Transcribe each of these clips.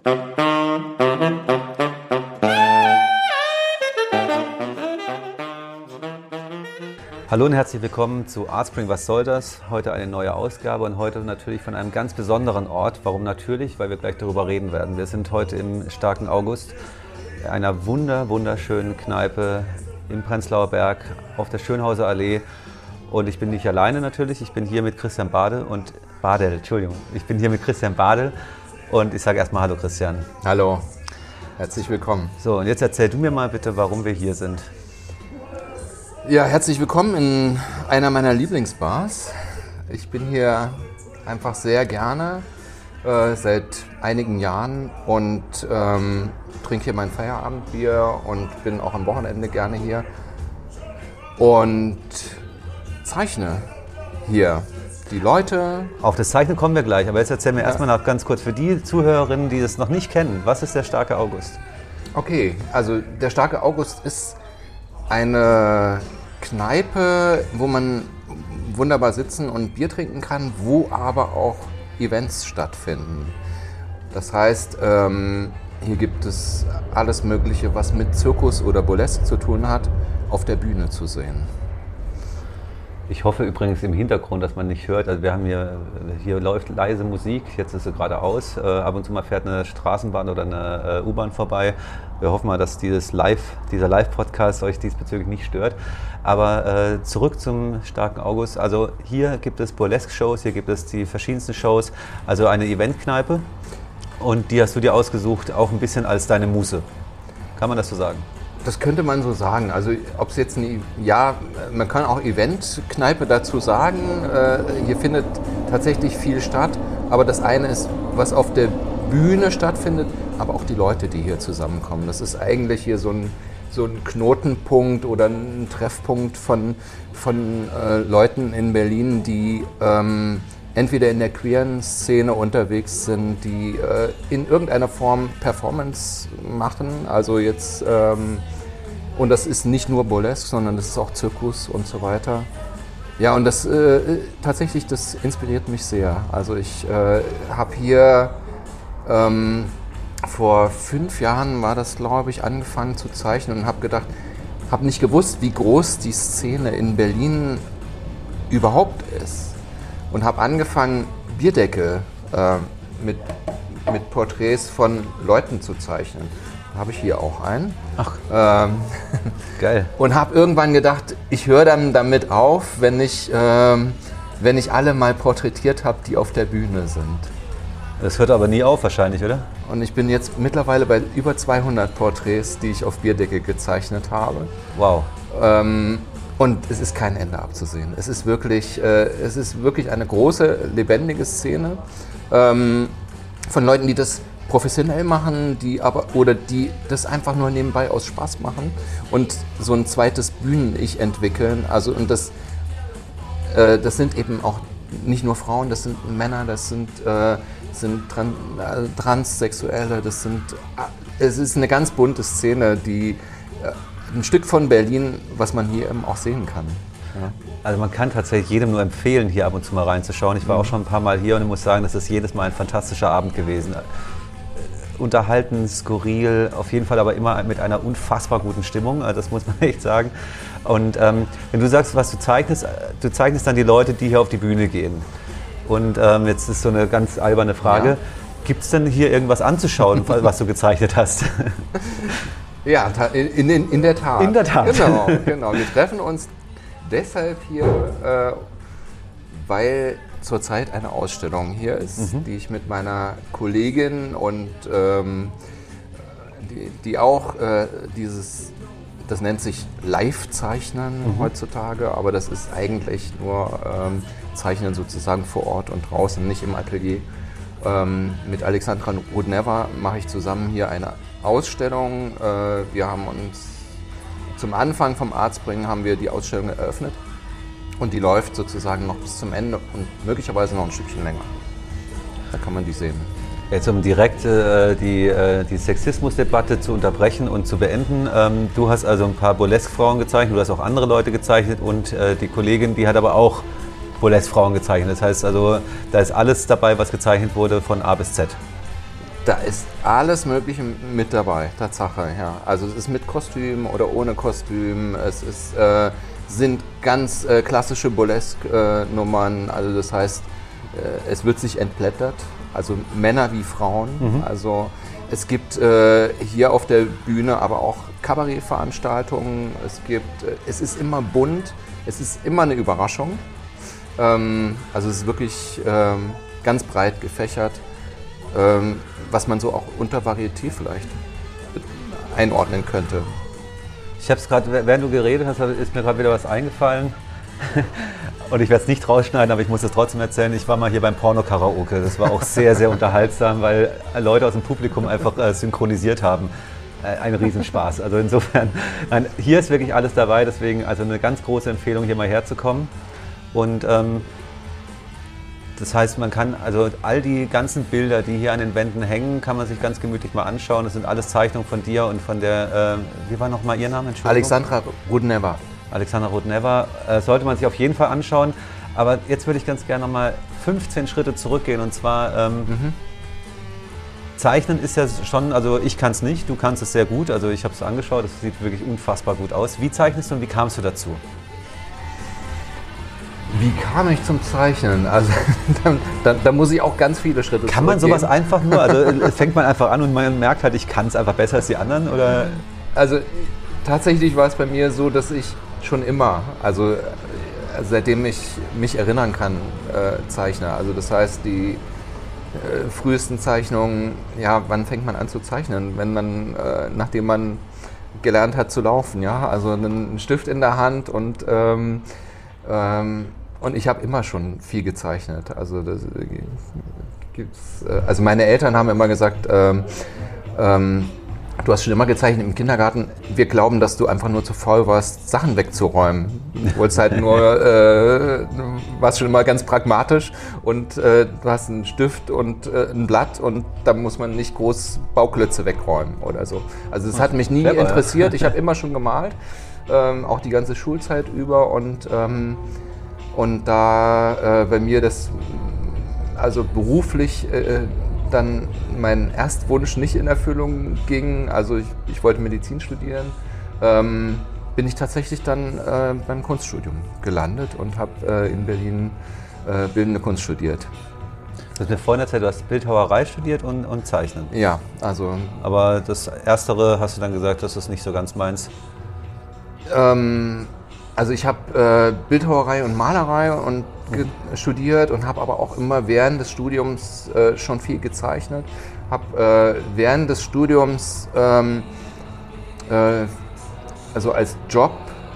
Hallo und herzlich willkommen zu Artspring, was soll das? Heute eine neue Ausgabe und heute natürlich von einem ganz besonderen Ort. Warum natürlich? Weil wir gleich darüber reden werden. Wir sind heute im Starken August, einer wunderschönen Kneipe im Prenzlauer Berg auf der Schönhauser Allee. Und ich bin nicht alleine natürlich, ich bin hier mit Christian Badel Ich bin hier mit Christian Badel und ich sage erstmal Hallo Christian. Hallo, herzlich willkommen. So, und jetzt erzähl du mir mal bitte, warum wir hier sind. Ja, herzlich willkommen in einer meiner Lieblingsbars. Ich bin hier einfach sehr gerne, seit einigen Jahren und trinke hier mein Feierabendbier und bin auch am Wochenende gerne hier und zeichne hier die Leute. Auf das Zeichnen kommen wir gleich, aber jetzt erzähl mir erstmal noch ganz kurz für die Zuhörerinnen, die das noch nicht kennen, was ist der Starke August? Okay, also der Starke August ist eine Kneipe, wo man wunderbar sitzen und Bier trinken kann, wo aber auch Events stattfinden. Das heißt, hier gibt es alles Mögliche, was mit Zirkus oder Burlesque zu tun hat, auf der Bühne zu sehen. Ich hoffe übrigens im Hintergrund, dass man nicht hört. Also hier läuft leise Musik, jetzt ist sie gerade aus. Ab und zu mal fährt eine Straßenbahn oder eine U-Bahn vorbei. Wir hoffen mal, dass dieser Live-Podcast euch diesbezüglich nicht stört. Aber zurück zum Starken August. Also hier gibt es Burlesque-Shows, hier gibt es die verschiedensten Shows. Also eine Eventkneipe. Und die hast du dir ausgesucht, auch ein bisschen als deine Muse. Kann man das so sagen? Das könnte man so sagen. Also ob es jetzt man kann auch Eventkneipe dazu sagen. Hier findet tatsächlich viel statt. Aber das eine ist, was auf der Bühne stattfindet, aber auch die Leute, die hier zusammenkommen. Das ist eigentlich hier so ein Knotenpunkt oder ein Treffpunkt von Leuten in Berlin, die entweder in der queeren Szene unterwegs sind, die in irgendeiner Form Performance machen. Also jetzt, und das ist nicht nur Burlesque, sondern das ist auch Zirkus und so weiter. Ja, und das tatsächlich, das inspiriert mich sehr. Also ich habe hier vor 5 Jahren war das, glaube ich, angefangen zu zeichnen und habe nicht gewusst, wie groß die Szene in Berlin überhaupt ist. Und habe angefangen, Bierdecke mit Porträts von Leuten zu zeichnen. Da habe ich hier auch einen. Ach, geil. Und habe irgendwann gedacht, ich höre dann damit auf, wenn ich alle mal porträtiert habe, die auf der Bühne sind. Das hört aber nie auf wahrscheinlich, oder? Und ich bin jetzt mittlerweile bei über 200 Porträts, die ich auf Bierdecke gezeichnet habe. Wow. Und es ist kein Ende abzusehen. Es ist wirklich eine große, lebendige Szene von Leuten, die das professionell machen, die das einfach nur nebenbei aus Spaß machen und so ein zweites Bühnen-Ich entwickeln. Also, und das sind eben auch nicht nur Frauen, das sind Männer, das sind Transsexuelle, es ist eine ganz bunte Szene, die ein Stück von Berlin, was man hier eben auch sehen kann. Ja. Also man kann tatsächlich jedem nur empfehlen, hier ab und zu mal reinzuschauen. Ich war auch schon ein paar Mal hier und ich muss sagen, das ist jedes Mal ein fantastischer Abend gewesen. Unterhalten, skurril, auf jeden Fall aber immer mit einer unfassbar guten Stimmung, also das muss man echt sagen. Und wenn du sagst, was du zeichnest dann die Leute, die hier auf die Bühne gehen. Und jetzt ist so eine ganz alberne Frage, ja. Gibt es denn hier irgendwas anzuschauen, was du gezeichnet hast? Ja, in der Tat. In der Tat. Genau. Wir treffen uns deshalb hier, weil zurzeit eine Ausstellung hier ist, die ich mit meiner Kollegin und die auch das nennt sich Live-Zeichnen heutzutage, aber das ist eigentlich nur Zeichnen sozusagen vor Ort und draußen, nicht im Atelier. Mit Alexandra Rudneva mache ich zusammen hier eine Ausstellung. Wir haben uns zum Anfang vom Artspring haben wir die Ausstellung eröffnet und die läuft sozusagen noch bis zum Ende und möglicherweise noch ein Stückchen länger. Da kann man die sehen. Jetzt um direkt die Sexismusdebatte zu unterbrechen und zu beenden. Du hast also ein paar Burlesque-Frauen gezeichnet, du hast auch andere Leute gezeichnet und die Kollegin, die hat aber auch Burlesque-Frauen gezeichnet. Das heißt also, da ist alles dabei, was gezeichnet wurde von A bis Z. Da ist alles Mögliche mit dabei, Tatsache. Ja. Also es ist mit Kostüm oder ohne Kostüm. Es ist, sind ganz klassische Burlesque-Nummern. Also das heißt, es wird sich entblättert. Also Männer wie Frauen. Also es gibt hier auf der Bühne aber auch Kabarettveranstaltungen. Es ist immer bunt. Es ist immer eine Überraschung. Also es ist wirklich ganz breit gefächert. Was man so auch unter Varieté vielleicht einordnen könnte. Ich habe es gerade, während du geredet hast, ist mir gerade wieder was eingefallen. Und ich werde es nicht rausschneiden, aber ich muss es trotzdem erzählen. Ich war mal hier beim Porno-Karaoke. Das war auch sehr, sehr unterhaltsam, weil Leute aus dem Publikum einfach synchronisiert haben. Ein Riesenspaß. Also insofern, hier ist wirklich alles dabei. Deswegen also eine ganz große Empfehlung, hier mal herzukommen. Und das heißt, man kann also all die ganzen Bilder, die hier an den Wänden hängen, kann man sich ganz gemütlich mal anschauen. Das sind alles Zeichnungen von dir und von der, wie war nochmal Ihr Name? Alexandra Rudneva. Alexandra Rudneva, sollte man sich auf jeden Fall anschauen. Aber jetzt würde ich ganz gerne nochmal 15 Schritte zurückgehen und zwar Zeichnen ist ja schon, also ich kann es nicht, du kannst es sehr gut, also ich habe es angeschaut, es sieht wirklich unfassbar gut aus. Wie zeichnest du und wie kamst du dazu? Wie kam ich zum Zeichnen? Also da muss ich auch ganz viele Schritte Kann man sowas einfach nur, also fängt man einfach an und man merkt halt, ich kann es einfach besser als die anderen? Oder? Also tatsächlich war es bei mir so, dass ich schon immer, also seitdem ich mich erinnern kann, zeichne. Also das heißt, die frühesten Zeichnungen, ja, wann fängt man an zu zeichnen? Wenn man, nachdem man gelernt hat zu laufen, ja, also einen Stift in der Hand und ich habe immer schon viel gezeichnet. Also, also meine Eltern haben immer gesagt, du hast schon immer gezeichnet im Kindergarten. Wir glauben, dass du einfach nur zu faul warst, Sachen wegzuräumen. Du wolltest halt nur, warst schon immer ganz pragmatisch und du hast einen Stift und ein Blatt und da muss man nicht groß Bauklötze wegräumen oder so. Also das hat mich nie interessiert. Ich habe immer schon gemalt, auch die ganze Schulzeit über und da bei mir das also beruflich dann mein Erstwunsch nicht in Erfüllung ging, also ich wollte Medizin studieren, bin ich tatsächlich dann beim Kunststudium gelandet und habe in Berlin Bildende Kunst studiert. Du hast mir vorhin erzählt, du hast Bildhauerei studiert und Zeichnen. Ja, also... Aber das Erstere hast du dann gesagt, das ist nicht so ganz meins? Also ich habe Bildhauerei und Malerei studiert und habe aber auch immer während des Studiums schon viel gezeichnet. Habe während des Studiums also als Job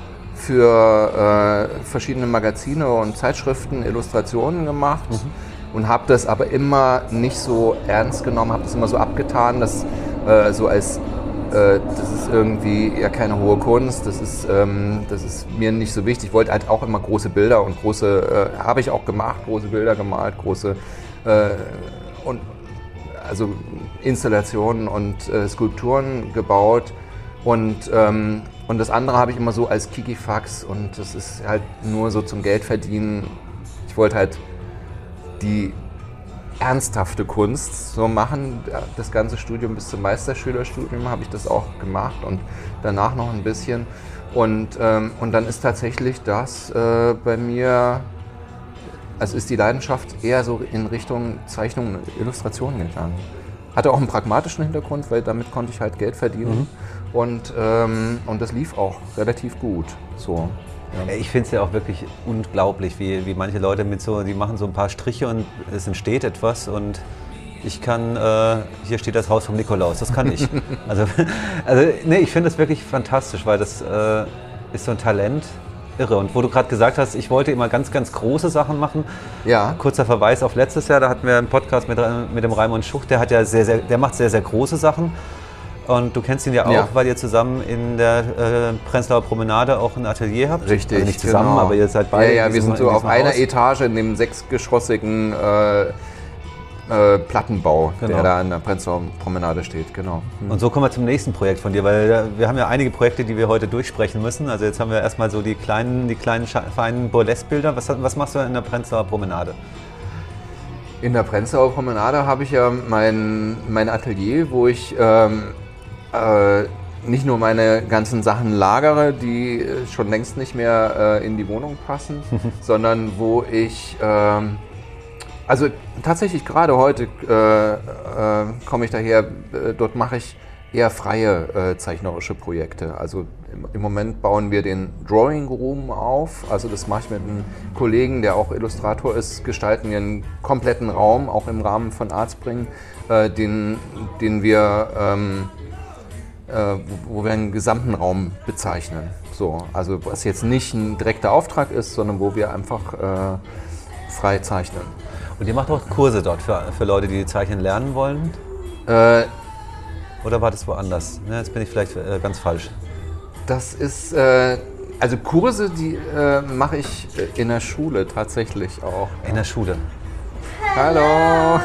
für verschiedene Magazine und Zeitschriften Illustrationen gemacht und habe das aber immer nicht so ernst genommen, habe das immer so abgetan, dass so als das ist irgendwie ja keine hohe Kunst, das ist mir nicht so wichtig. Ich wollte halt auch immer große Bilder und große, habe ich auch gemacht, große Bilder gemalt, große und also Installationen und Skulpturen gebaut und das andere habe ich immer so als Kikifax und das ist halt nur so zum Geld verdienen. Ich wollte halt die ernsthafte Kunst so machen. Das ganze Studium bis zum Meisterschülerstudium habe ich das auch gemacht und danach noch ein bisschen. Und dann ist tatsächlich das bei mir, also ist die Leidenschaft eher so in Richtung Zeichnung und Illustration gegangen. Hatte auch einen pragmatischen Hintergrund, weil damit konnte ich halt Geld verdienen und das lief auch relativ gut. So. Ja. Ich finde es ja auch wirklich unglaublich, wie manche Leute die machen so ein paar Striche und es entsteht etwas und ich kann, hier steht das Haus vom Nikolaus, das kann ich. also nee, ich finde das wirklich fantastisch, weil das ist so ein Talent, irre. Und wo du gerade gesagt hast, ich wollte immer ganz, ganz große Sachen machen. Ja. Kurzer Verweis auf letztes Jahr, da hatten wir einen Podcast mit dem Raimund Schucht, der macht sehr, sehr große Sachen. Und du kennst ihn ja auch, weil ihr zusammen in der Prenzlauer Promenade auch ein Atelier habt. Richtig, also nicht zusammen, genau. Aber ihr seid beide. Ja, wir sind so auf einer Etage in dem 6-geschossigen Plattenbau, der da an der Prenzlauer Promenade steht. Genau. Und so kommen wir zum nächsten Projekt von dir, weil wir haben ja einige Projekte, die wir heute durchsprechen müssen. Also jetzt haben wir erstmal so die kleinen feinen Burlesque-Bilder. Was machst du in der Prenzlauer Promenade? In der Prenzlauer Promenade habe ich ja mein Atelier, wo ich nicht nur meine ganzen Sachen lagere, die schon längst nicht mehr in die Wohnung passen, sondern wo ich, also tatsächlich gerade heute komme ich daher, dort mache ich eher freie zeichnerische Projekte. Also im Moment bauen wir den Drawing Room auf, also das mache ich mit einem Kollegen, der auch Illustrator ist, gestalten wir einen kompletten Raum, auch im Rahmen von Artspring, den wir wo wir einen gesamten Raum bezeichnen. So, also was jetzt nicht ein direkter Auftrag ist, sondern wo wir einfach frei zeichnen. Und ihr macht auch Kurse dort für Leute, die zeichnen lernen wollen? Oder war das woanders? Ja, jetzt bin ich vielleicht ganz falsch. Das ist, also Kurse, die mache ich in der Schule tatsächlich auch. In der Schule? Hallo!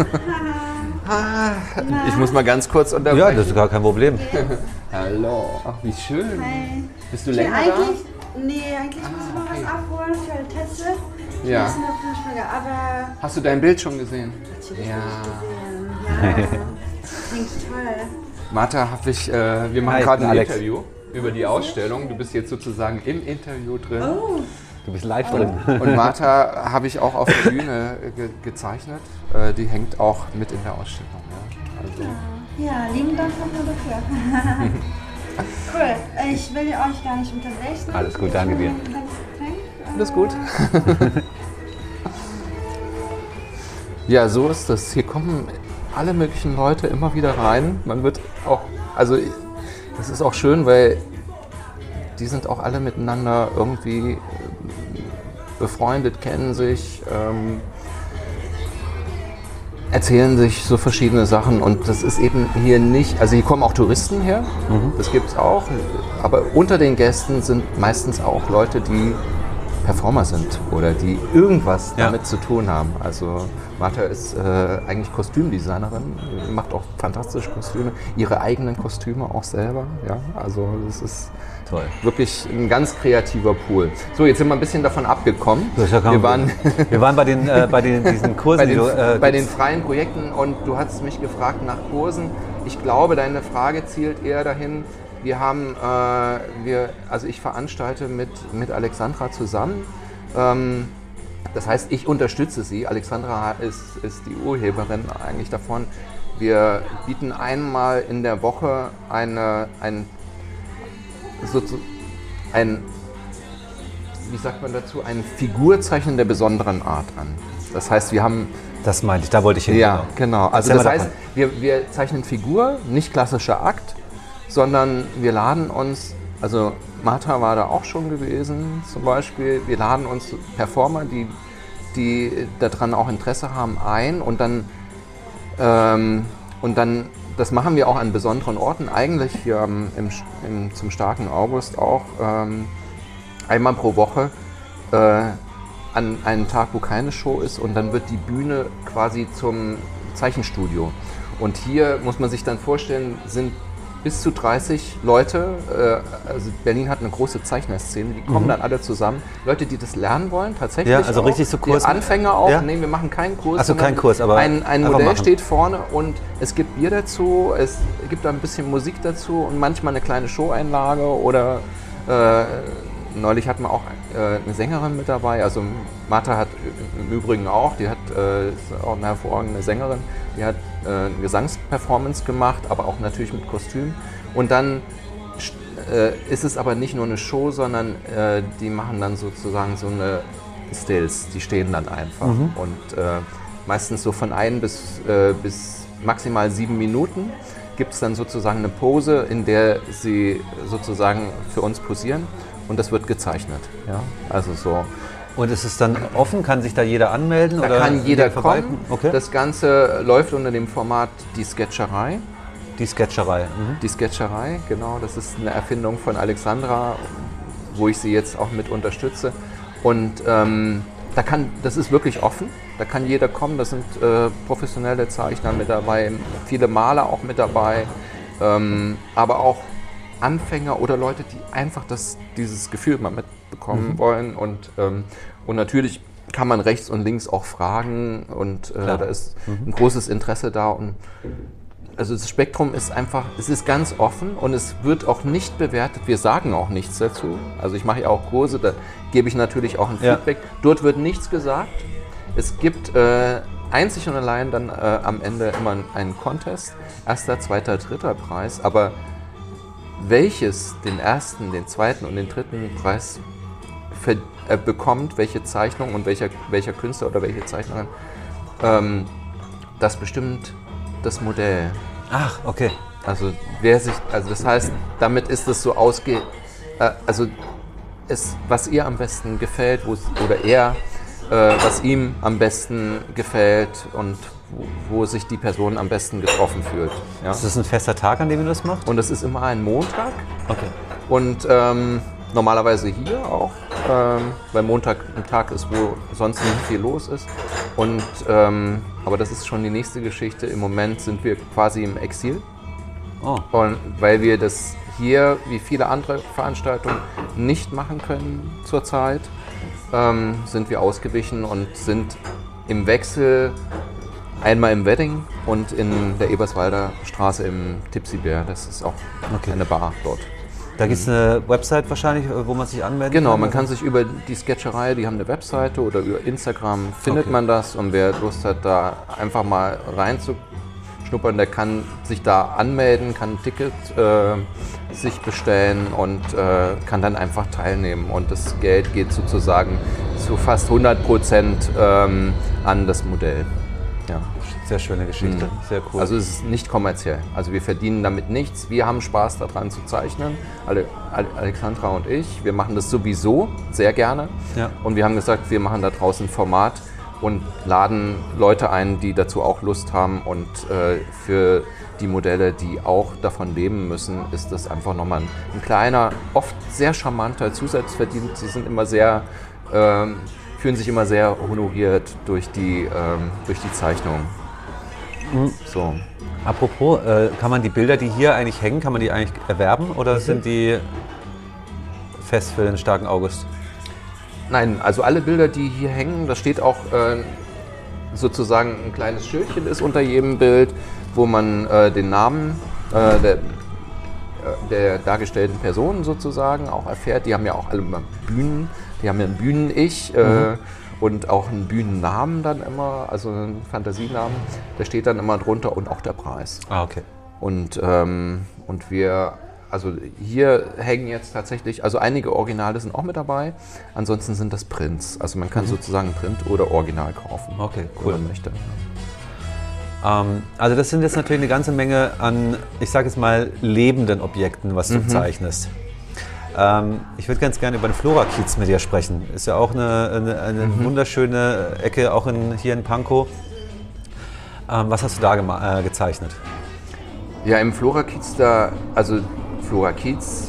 Ich muss mal ganz kurz unterbrechen. Ja, das ist gar kein Problem. Hallo, ach wie schön. Hi. Bist du länger da? Nee, eigentlich muss ich noch was abholen für eine Teste. Ja. Ich muss noch fünf Tage, aber Hast du dein Bild schon gesehen? natürlich Ja. nicht gesehen. Ja, klingt toll. Martha, wir machen Hi, gerade ein Alex. Interview über die Ausstellung. Du bist jetzt sozusagen im Interview drin. Oh, Du bist live drin. Und Martha habe ich auch auf der Bühne gezeichnet. Die hängt auch mit in der Ausstellung. Ja. Also, ja, lieben Dank nochmal dafür. Cool, ich will euch gar nicht unterbrechen. Alles gut, danke dir. alles gut. Ja, so ist das. Hier kommen alle möglichen Leute immer wieder rein. Man wird auch, also das ist auch schön, weil die sind auch alle miteinander irgendwie befreundet, kennen sich, erzählen sich so verschiedene Sachen und das ist eben hier nicht, also hier kommen auch Touristen her, das gibt es auch, aber unter den Gästen sind meistens auch Leute, die Performer sind oder die irgendwas damit zu tun haben. Also Martha ist eigentlich Kostümdesignerin, macht auch fantastische Kostüme, ihre eigenen Kostüme auch selber. Ja? Also das ist Toll. wirklich ein ganz kreativer Pool. So, jetzt sind wir ein bisschen davon abgekommen. Wir waren bei diesen Kursen. bei den freien Projekten und du hast mich gefragt nach Kursen. Ich glaube, deine Frage zielt eher dahin, also ich veranstalte mit Alexandra zusammen. Das heißt, ich unterstütze sie. Alexandra ist die Urheberin eigentlich davon. Wir bieten einmal in der Woche wie sagt man dazu, ein Figurzeichnen der besonderen Art an. Das heißt, wir haben... Das meinte ich, da wollte ich hin. Ja, genau. Also das heißt, wir zeichnen Figur, nicht klassischer Akt, sondern wir laden uns, also Martha war da auch schon gewesen zum Beispiel, wir laden uns Performer, die daran auch Interesse haben, ein und dann, das machen wir auch an besonderen Orten, eigentlich hier zum starken August auch, einmal pro Woche an einem Tag, wo keine Show ist und dann wird die Bühne quasi zum Zeichenstudio. Und hier muss man sich dann vorstellen, sind bis zu 30 Leute, also Berlin hat eine große Zeichnerszene, die kommen dann alle zusammen. Leute, die das lernen wollen, tatsächlich. Ja, also auch, richtig so Kurs. Die Anfänger auch, ja? Nee, wir machen keinen Kurs. Also kein Kurs, aber ein Modell machen. steht vorne und es gibt Bier dazu, es gibt da ein bisschen Musik dazu und manchmal eine kleine Showeinlage oder neulich hatten wir auch eine Sängerin mit dabei, also Martha hat im Übrigen auch, die ist auch eine hervorragende Sängerin, die hat eine Gesangsperformance gemacht, aber auch natürlich mit Kostüm. Und dann ist es aber nicht nur eine Show, sondern die machen dann sozusagen so eine Stills, die stehen dann einfach. Und meistens so von 1 bis maximal 7 Minuten gibt es dann sozusagen eine Pose, in der sie sozusagen für uns posieren und das wird gezeichnet. Ja? Also so. Und ist es dann offen? Kann sich da jeder anmelden? Da oder kann jeder kommen. Okay. Das Ganze läuft unter dem Format Die Sketcherei. Die Sketcherei. Die Sketcherei, genau. Das ist eine Erfindung von Alexandra, wo ich sie jetzt auch mit unterstütze. Und das ist wirklich offen. Da kann jeder kommen. Da sind professionelle Zeichner mit dabei, viele Maler auch mit dabei, aber auch Anfänger oder Leute, die einfach dieses Gefühl mal mitbekommen wollen. Und natürlich kann man rechts und links auch fragen und da ist ein großes Interesse da. Und also das Spektrum ist einfach, es ist ganz offen und es wird auch nicht bewertet. Wir sagen auch nichts dazu. Also ich mache ja auch Kurse, da gebe ich natürlich auch ein Feedback. Dort wird nichts gesagt. Es gibt einzig und allein dann am Ende immer einen Contest. 1., 2., 3. Preis. Aber welches den ersten, den zweiten und den dritten Preis bekommt, welche Zeichnung und welcher Künstler oder welche Zeichnerin, das bestimmt das Modell. Ach, okay. Also das heißt, damit ist es so was ihr am besten gefällt, oder er, was ihm am besten gefällt und wo sich die Person am besten getroffen fühlt. Ja? Ist das ein fester Tag, an dem ihr das macht? Und es ist immer ein Montag. Okay. Und normalerweise hier auch, weil Montag ein Tag ist, wo sonst nicht viel los ist. Und, aber das ist schon die nächste Geschichte. Im Moment sind wir quasi im Exil. Oh. Und weil wir das hier, wie viele andere Veranstaltungen, nicht machen können zurzeit, sind wir ausgewichen und sind im Wechsel einmal im Wedding und in der Eberswalder Straße im Tipsy Bear. Das ist auch eine Bar dort. Da gibt es eine Website wahrscheinlich, wo man sich anmelden kann? Genau, man kann sich über die Sketcherei, die haben eine Webseite, oder über Instagram findet man das, und wer Lust hat, da einfach mal reinzuschnuppern, der kann sich da anmelden, kann ein Ticket sich bestellen und kann dann einfach teilnehmen. Und das Geld geht sozusagen zu fast 100% an das Modell. Ja. Sehr schöne Geschichte, sehr cool. Also es ist nicht kommerziell. Also wir verdienen damit nichts. Wir haben Spaß daran zu zeichnen, Alexandra und ich. Wir machen das sowieso sehr gerne. Ja. Und wir haben gesagt, wir machen da draußen ein Format und laden Leute ein, die dazu auch Lust haben. Und für die Modelle, die auch davon leben müssen, ist das einfach nochmal ein kleiner, oft sehr charmanter Zusatzverdienst. Sie sind immer sehr... fühlen sich immer sehr honoriert durch die Zeichnung. So. Apropos, kann man die Bilder, die hier eigentlich hängen, kann man die eigentlich erwerben oder sind die fest für den starken August? Nein, also alle Bilder, die hier hängen, da steht auch sozusagen ein kleines Schildchen ist unter jedem Bild, wo man den Namen der dargestellten Personen sozusagen auch erfährt. Die haben ja auch alle immer Bühnen, die haben ja ein Bühnen-Ich und auch einen Bühnennamen dann immer, also einen Fantasienamen. Der steht dann immer drunter und auch der Preis. Ah, okay. Und wir, also hier hängen jetzt tatsächlich, also einige Originale sind auch mit dabei, ansonsten sind das Prints. Also man kann sozusagen Print oder Original kaufen, okay, cool. wenn man möchte. Also das sind jetzt natürlich eine ganze Menge an, ich sage jetzt mal, lebenden Objekten, was du zeichnest. Ich würde ganz gerne über den Flora-Kiez mit dir sprechen. Ist ja auch eine wunderschöne Ecke, auch hier in Pankow. Was hast du da gezeichnet? Ja, im Flora-Kiez also Flora-Kiez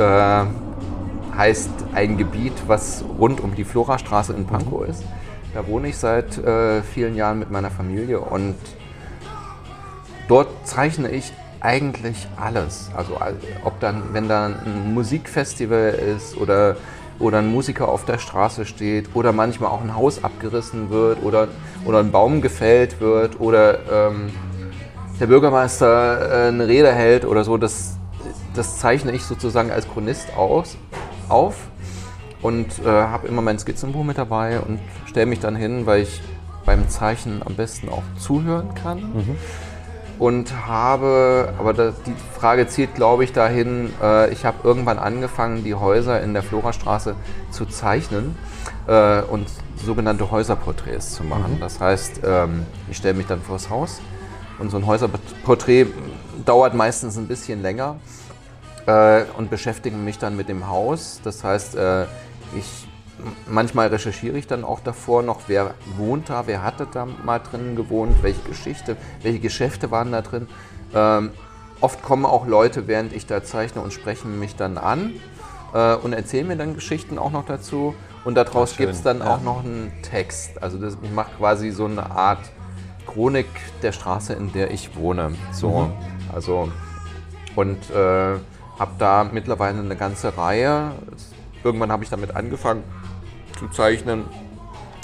heißt ein Gebiet, was rund um die Florastraße in Pankow ist. Da wohne ich seit vielen Jahren mit meiner Familie und dort zeichne ich eigentlich alles. Also wenn da ein Musikfestival ist oder ein Musiker auf der Straße steht oder manchmal auch ein Haus abgerissen wird oder ein Baum gefällt wird oder der Bürgermeister eine Rede hält oder so, das zeichne ich sozusagen als Chronist auf und habe immer mein Skizzenbuch mit dabei und stelle mich dann hin, weil ich beim Zeichnen am besten auch zuhören kann. Und aber die Frage zielt, glaube ich, dahin, ich habe irgendwann angefangen, die Häuser in der Florastraße zu zeichnen und sogenannte Häuserporträts zu machen. Das heißt, ich stelle mich dann vors Haus und so ein Häuserporträt dauert meistens ein bisschen länger und beschäftige mich dann mit dem Haus. Das heißt, manchmal recherchiere ich dann auch davor noch, wer wohnt da, wer hatte da mal drin gewohnt, welche Geschäfte waren da drin. Oft kommen auch Leute, während ich da zeichne, und sprechen mich dann an und erzählen mir dann Geschichten auch noch dazu. Und daraus gibt es dann auch noch einen Text. Also ich mache quasi so eine Art Chronik der Straße, in der ich wohne. So, also, und habe da mittlerweile eine ganze Reihe. Irgendwann habe ich damit angefangen zu zeichnen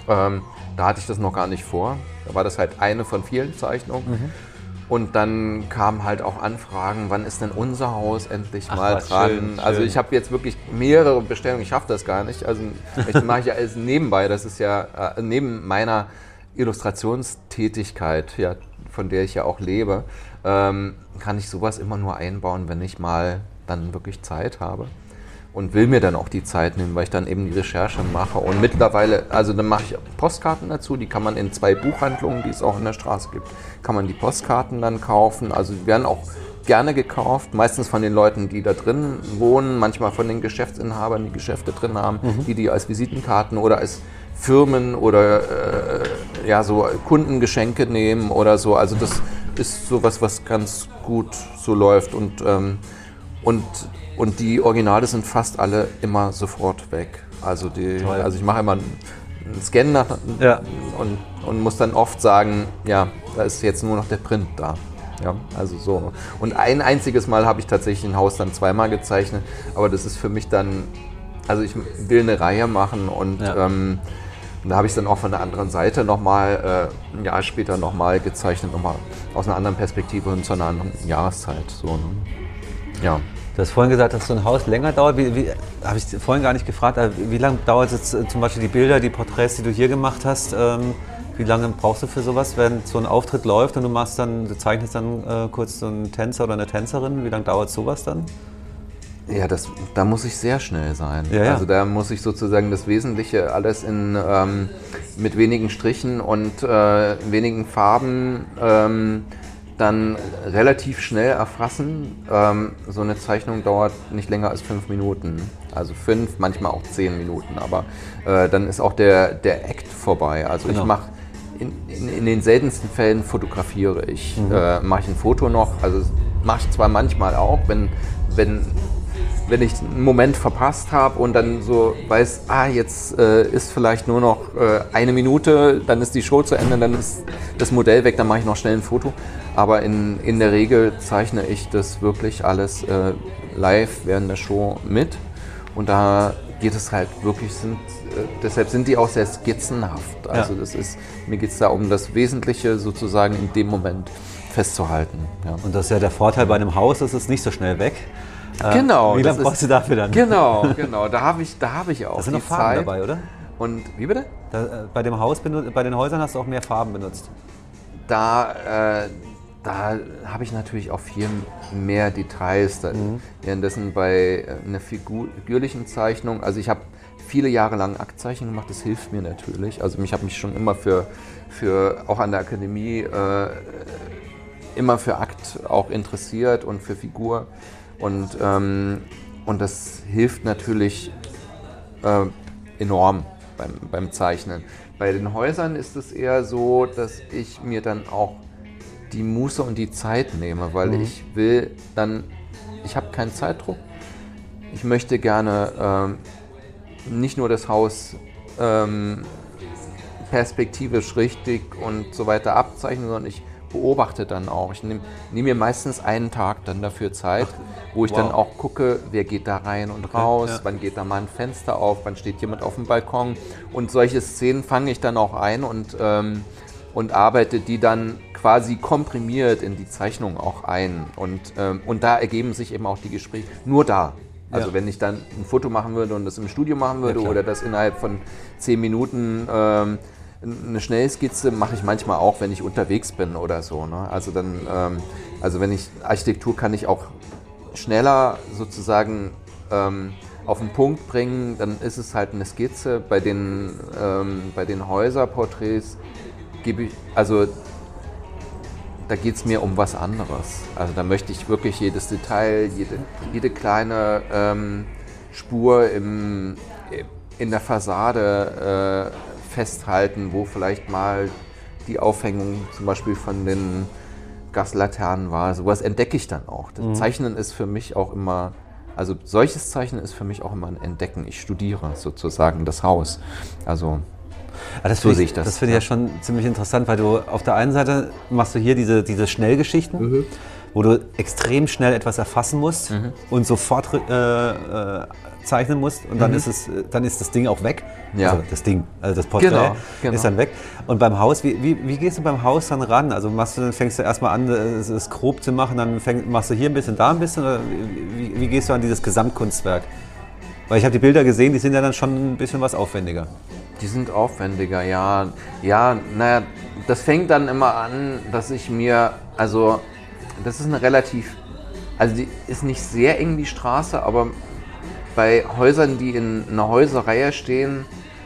Da hatte ich das noch gar nicht vor. Da war das halt eine von vielen Zeichnungen. Und dann kamen halt auch Anfragen, wann ist denn unser Haus endlich mal dran? Schön, also schön. ich habe jetzt wirklich mehrere Bestellungen, ich schaffe das gar nicht. Also das mache ich ja alles nebenbei, das ist ja neben meiner Illustrationstätigkeit, ja, von der ich ja auch lebe, kann ich sowas immer nur einbauen, wenn ich mal dann wirklich Zeit habe. Und will mir dann auch die Zeit nehmen, weil ich dann eben die Recherche mache. Und mittlerweile, also dann mache ich Postkarten dazu, die kann man in 2 Buchhandlungen, die es auch in der Straße gibt, kann man die Postkarten dann kaufen. Also die werden auch gerne gekauft, meistens von den Leuten, die da drin wohnen, manchmal von den Geschäftsinhabern, die Geschäfte drin haben, die als Visitenkarten oder als Firmen oder ja, so Kundengeschenke nehmen oder so. Also das ist sowas, was ganz gut so läuft und die Originale sind fast alle immer sofort weg. Also ich mache immer einen Scan und muss dann oft sagen, ja, da ist jetzt nur noch der Print da. Ja, also so. Und ein einziges Mal habe ich tatsächlich ein Haus dann 2-mal gezeichnet, aber das ist für mich dann, also ich will eine Reihe machen und da habe ich es dann auch von der anderen Seite nochmal, ein Jahr später nochmal gezeichnet, nochmal aus einer anderen Perspektive und zu einer anderen Jahreszeit. So, ne? Ja. Du hast vorhin gesagt, dass so ein Haus länger dauert. Habe ich vorhin gar nicht gefragt, aber wie lange dauert es jetzt zum Beispiel die Bilder, die Porträts, die du hier gemacht hast? Wie lange brauchst du für sowas, wenn so ein Auftritt läuft und du zeichnest dann kurz so einen Tänzer oder eine Tänzerin? Wie lange dauert sowas dann? Ja, da muss ich sehr schnell sein. Ja. Also da muss ich sozusagen das Wesentliche alles mit wenigen Strichen und wenigen Farben dann relativ schnell erfassen. So eine Zeichnung dauert nicht länger als 5 Minuten. Also 5, manchmal auch 10 Minuten. Aber dann ist auch der Act vorbei. Also ich mache in den seltensten Fällen fotografiere ich. Mache ich ein Foto noch. Also das mache ich zwar manchmal auch, wenn ich einen Moment verpasst habe und dann so weiß, jetzt ist vielleicht nur noch 1 Minute, dann ist die Show zu Ende, dann ist das Modell weg, dann mache ich noch schnell ein Foto. Aber in der Regel zeichne ich das wirklich alles live während der Show mit. Und da geht es halt wirklich, deshalb sind die auch sehr skizzenhaft. Also mir geht es da um das Wesentliche sozusagen in dem Moment festzuhalten. Ja. Und das ist ja der Vorteil bei einem Haus, das ist nicht so schnell weg. Genau. Wie lange brauchst du dafür dann? Genau. Da habe ich auch da sind die noch Farben Zeit. dabei, oder? Und wie bitte? Bei dem Haus, bei den Häusern hast du auch mehr Farben benutzt. Da habe ich natürlich auch viel mehr Details. Währenddessen bei einer figürlichen Zeichnung, also ich habe viele Jahre lang Aktzeichnung gemacht, das hilft mir natürlich. Also ich habe mich schon immer für auch an der Akademie immer für Akt auch interessiert und für Figur. Und das hilft natürlich enorm beim Zeichnen. Bei den Häusern ist es eher so, dass ich mir dann auch die Muße und die Zeit nehme, weil ich habe keinen Zeitdruck. Ich möchte gerne nicht nur das Haus perspektivisch richtig und so weiter abzeichnen, sondern ich beobachte dann auch. Ich nehme mir meistens einen Tag dann dafür Zeit, wo ich dann auch gucke, wer geht da rein und raus, wann geht da mal ein Fenster auf, wann steht jemand auf dem Balkon. Und solche Szenen fange ich dann auch ein und arbeite die dann quasi komprimiert in die Zeichnung auch ein. Und da ergeben sich eben auch die Gespräche. Nur da. Also wenn ich dann ein Foto machen würde und das im Studio machen würde oder das innerhalb von 10 Minuten eine Schnellskizze mache ich manchmal auch, wenn ich unterwegs bin oder so. Ne? Also wenn ich Architektur kann ich auch schneller sozusagen auf den Punkt bringen, dann ist es halt eine Skizze. Bei den Häuserporträts da geht es mir um was anderes. Also da möchte ich wirklich jedes Detail, jede kleine Spur in der Fassade festhalten, wo vielleicht mal die Aufhängung zum Beispiel von den Gaslaternen war. Sowas entdecke ich dann auch. Das Zeichnen ist für mich auch immer, also solches Zeichnen ist für mich auch immer ein Entdecken. Ich studiere sozusagen das Haus. Also so sehe ich das. Das finde ich ja schon ziemlich interessant, weil du auf der einen Seite machst du hier diese Schnellgeschichten, wo du extrem schnell etwas erfassen musst und sofort zeichnen musst und dann ist das Ding auch weg. Ja. Also das Porträt Genau. ist dann weg. Und beim Haus, wie gehst du beim Haus dann ran? Also fängst du erstmal an, es grob zu machen, dann machst du hier ein bisschen, da ein bisschen, oder wie gehst du an dieses Gesamtkunstwerk? Weil ich habe die Bilder gesehen, die sind ja dann schon ein bisschen was aufwendiger. Die sind aufwendiger, ja. Ja, naja, das fängt dann immer an, dass ich mir, also das ist eine relativ, also die ist nicht sehr eng die Straße, aber bei Häusern, die in einer Häuserreihe stehen,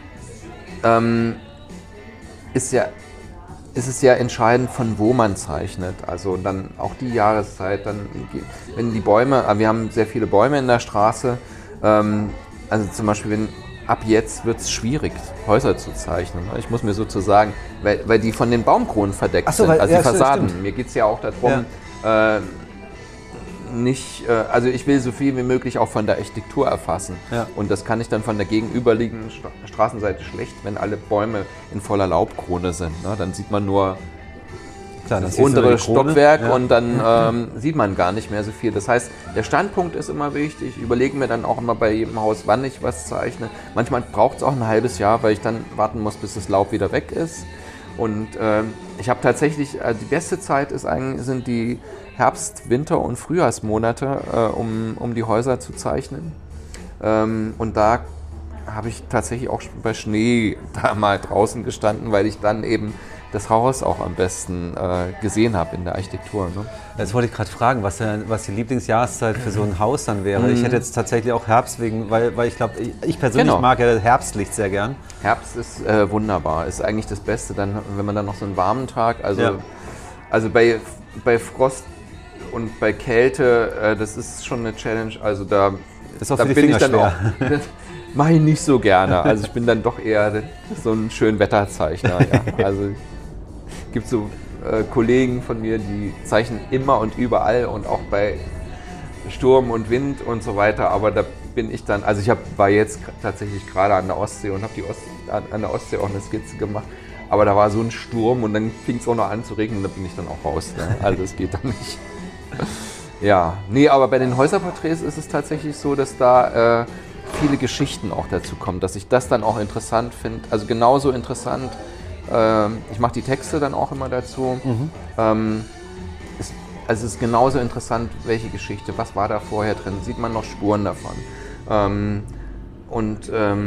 ist es ja entscheidend, von wo man zeichnet. Also dann auch die Jahreszeit, dann wenn die Bäume, wir haben sehr viele Bäume in der Straße, also zum Beispiel ab jetzt wird es schwierig, Häuser zu zeichnen. Ich muss mir sozusagen, weil die von den Baumkronen verdeckt sind, also die Fassaden. Stimmt. Mir geht es ja auch darum, also ich will so viel wie möglich auch von der Architektur erfassen. Ja. Und das kann ich dann von der gegenüberliegenden Straßenseite schlecht, wenn alle Bäume in voller Laubkrone sind. Ne? Dann sieht man nur das untere Stockwerk und dann sieht man gar nicht mehr so viel. Das heißt, der Standpunkt ist immer wichtig. Ich überlege mir dann auch immer bei jedem Haus, wann ich was zeichne. Manchmal braucht es auch ein halbes Jahr, weil ich dann warten muss, bis das Laub wieder weg ist. Und ich habe tatsächlich, die beste Zeit sind die Herbst-, Winter- und Frühjahrsmonate, um die Häuser zu zeichnen. Und da habe ich tatsächlich auch bei Schnee da mal draußen gestanden, weil ich dann eben das Haus auch am besten gesehen habe in der Architektur. Ne? Jetzt wollte ich gerade fragen, was die Lieblingsjahreszeit für so ein Haus dann wäre. Ich hätte jetzt tatsächlich auch Herbst, weil ich glaube, ich persönlich mag ja Herbstlicht sehr gern. Herbst ist wunderbar, ist eigentlich das Beste, dann, wenn man dann noch so einen warmen Tag, also bei Frost und bei Kälte, das ist schon eine Challenge, also da bin ich dann auch, das mache ich nicht so gerne, also ich bin dann doch eher so ein Schönwetterzeichner. Ja. Also es gibt so Kollegen von mir, die zeichnen immer und überall und auch bei Sturm und Wind und so weiter, aber da bin ich dann, also war jetzt tatsächlich gerade an der Ostsee und habe an der Ostsee auch eine Skizze gemacht, aber da war so ein Sturm und dann fing es auch noch an zu regnen und da bin ich dann auch raus. Ne? Also das geht dann nicht. Ja, nee, aber bei den Häuserporträts ist es tatsächlich so, dass da viele Geschichten auch dazu kommen, dass ich das dann auch interessant finde, also genauso interessant, ich mache die Texte dann auch immer dazu, es ist genauso interessant, welche Geschichte, was war da vorher drin, sieht man noch Spuren davon. Und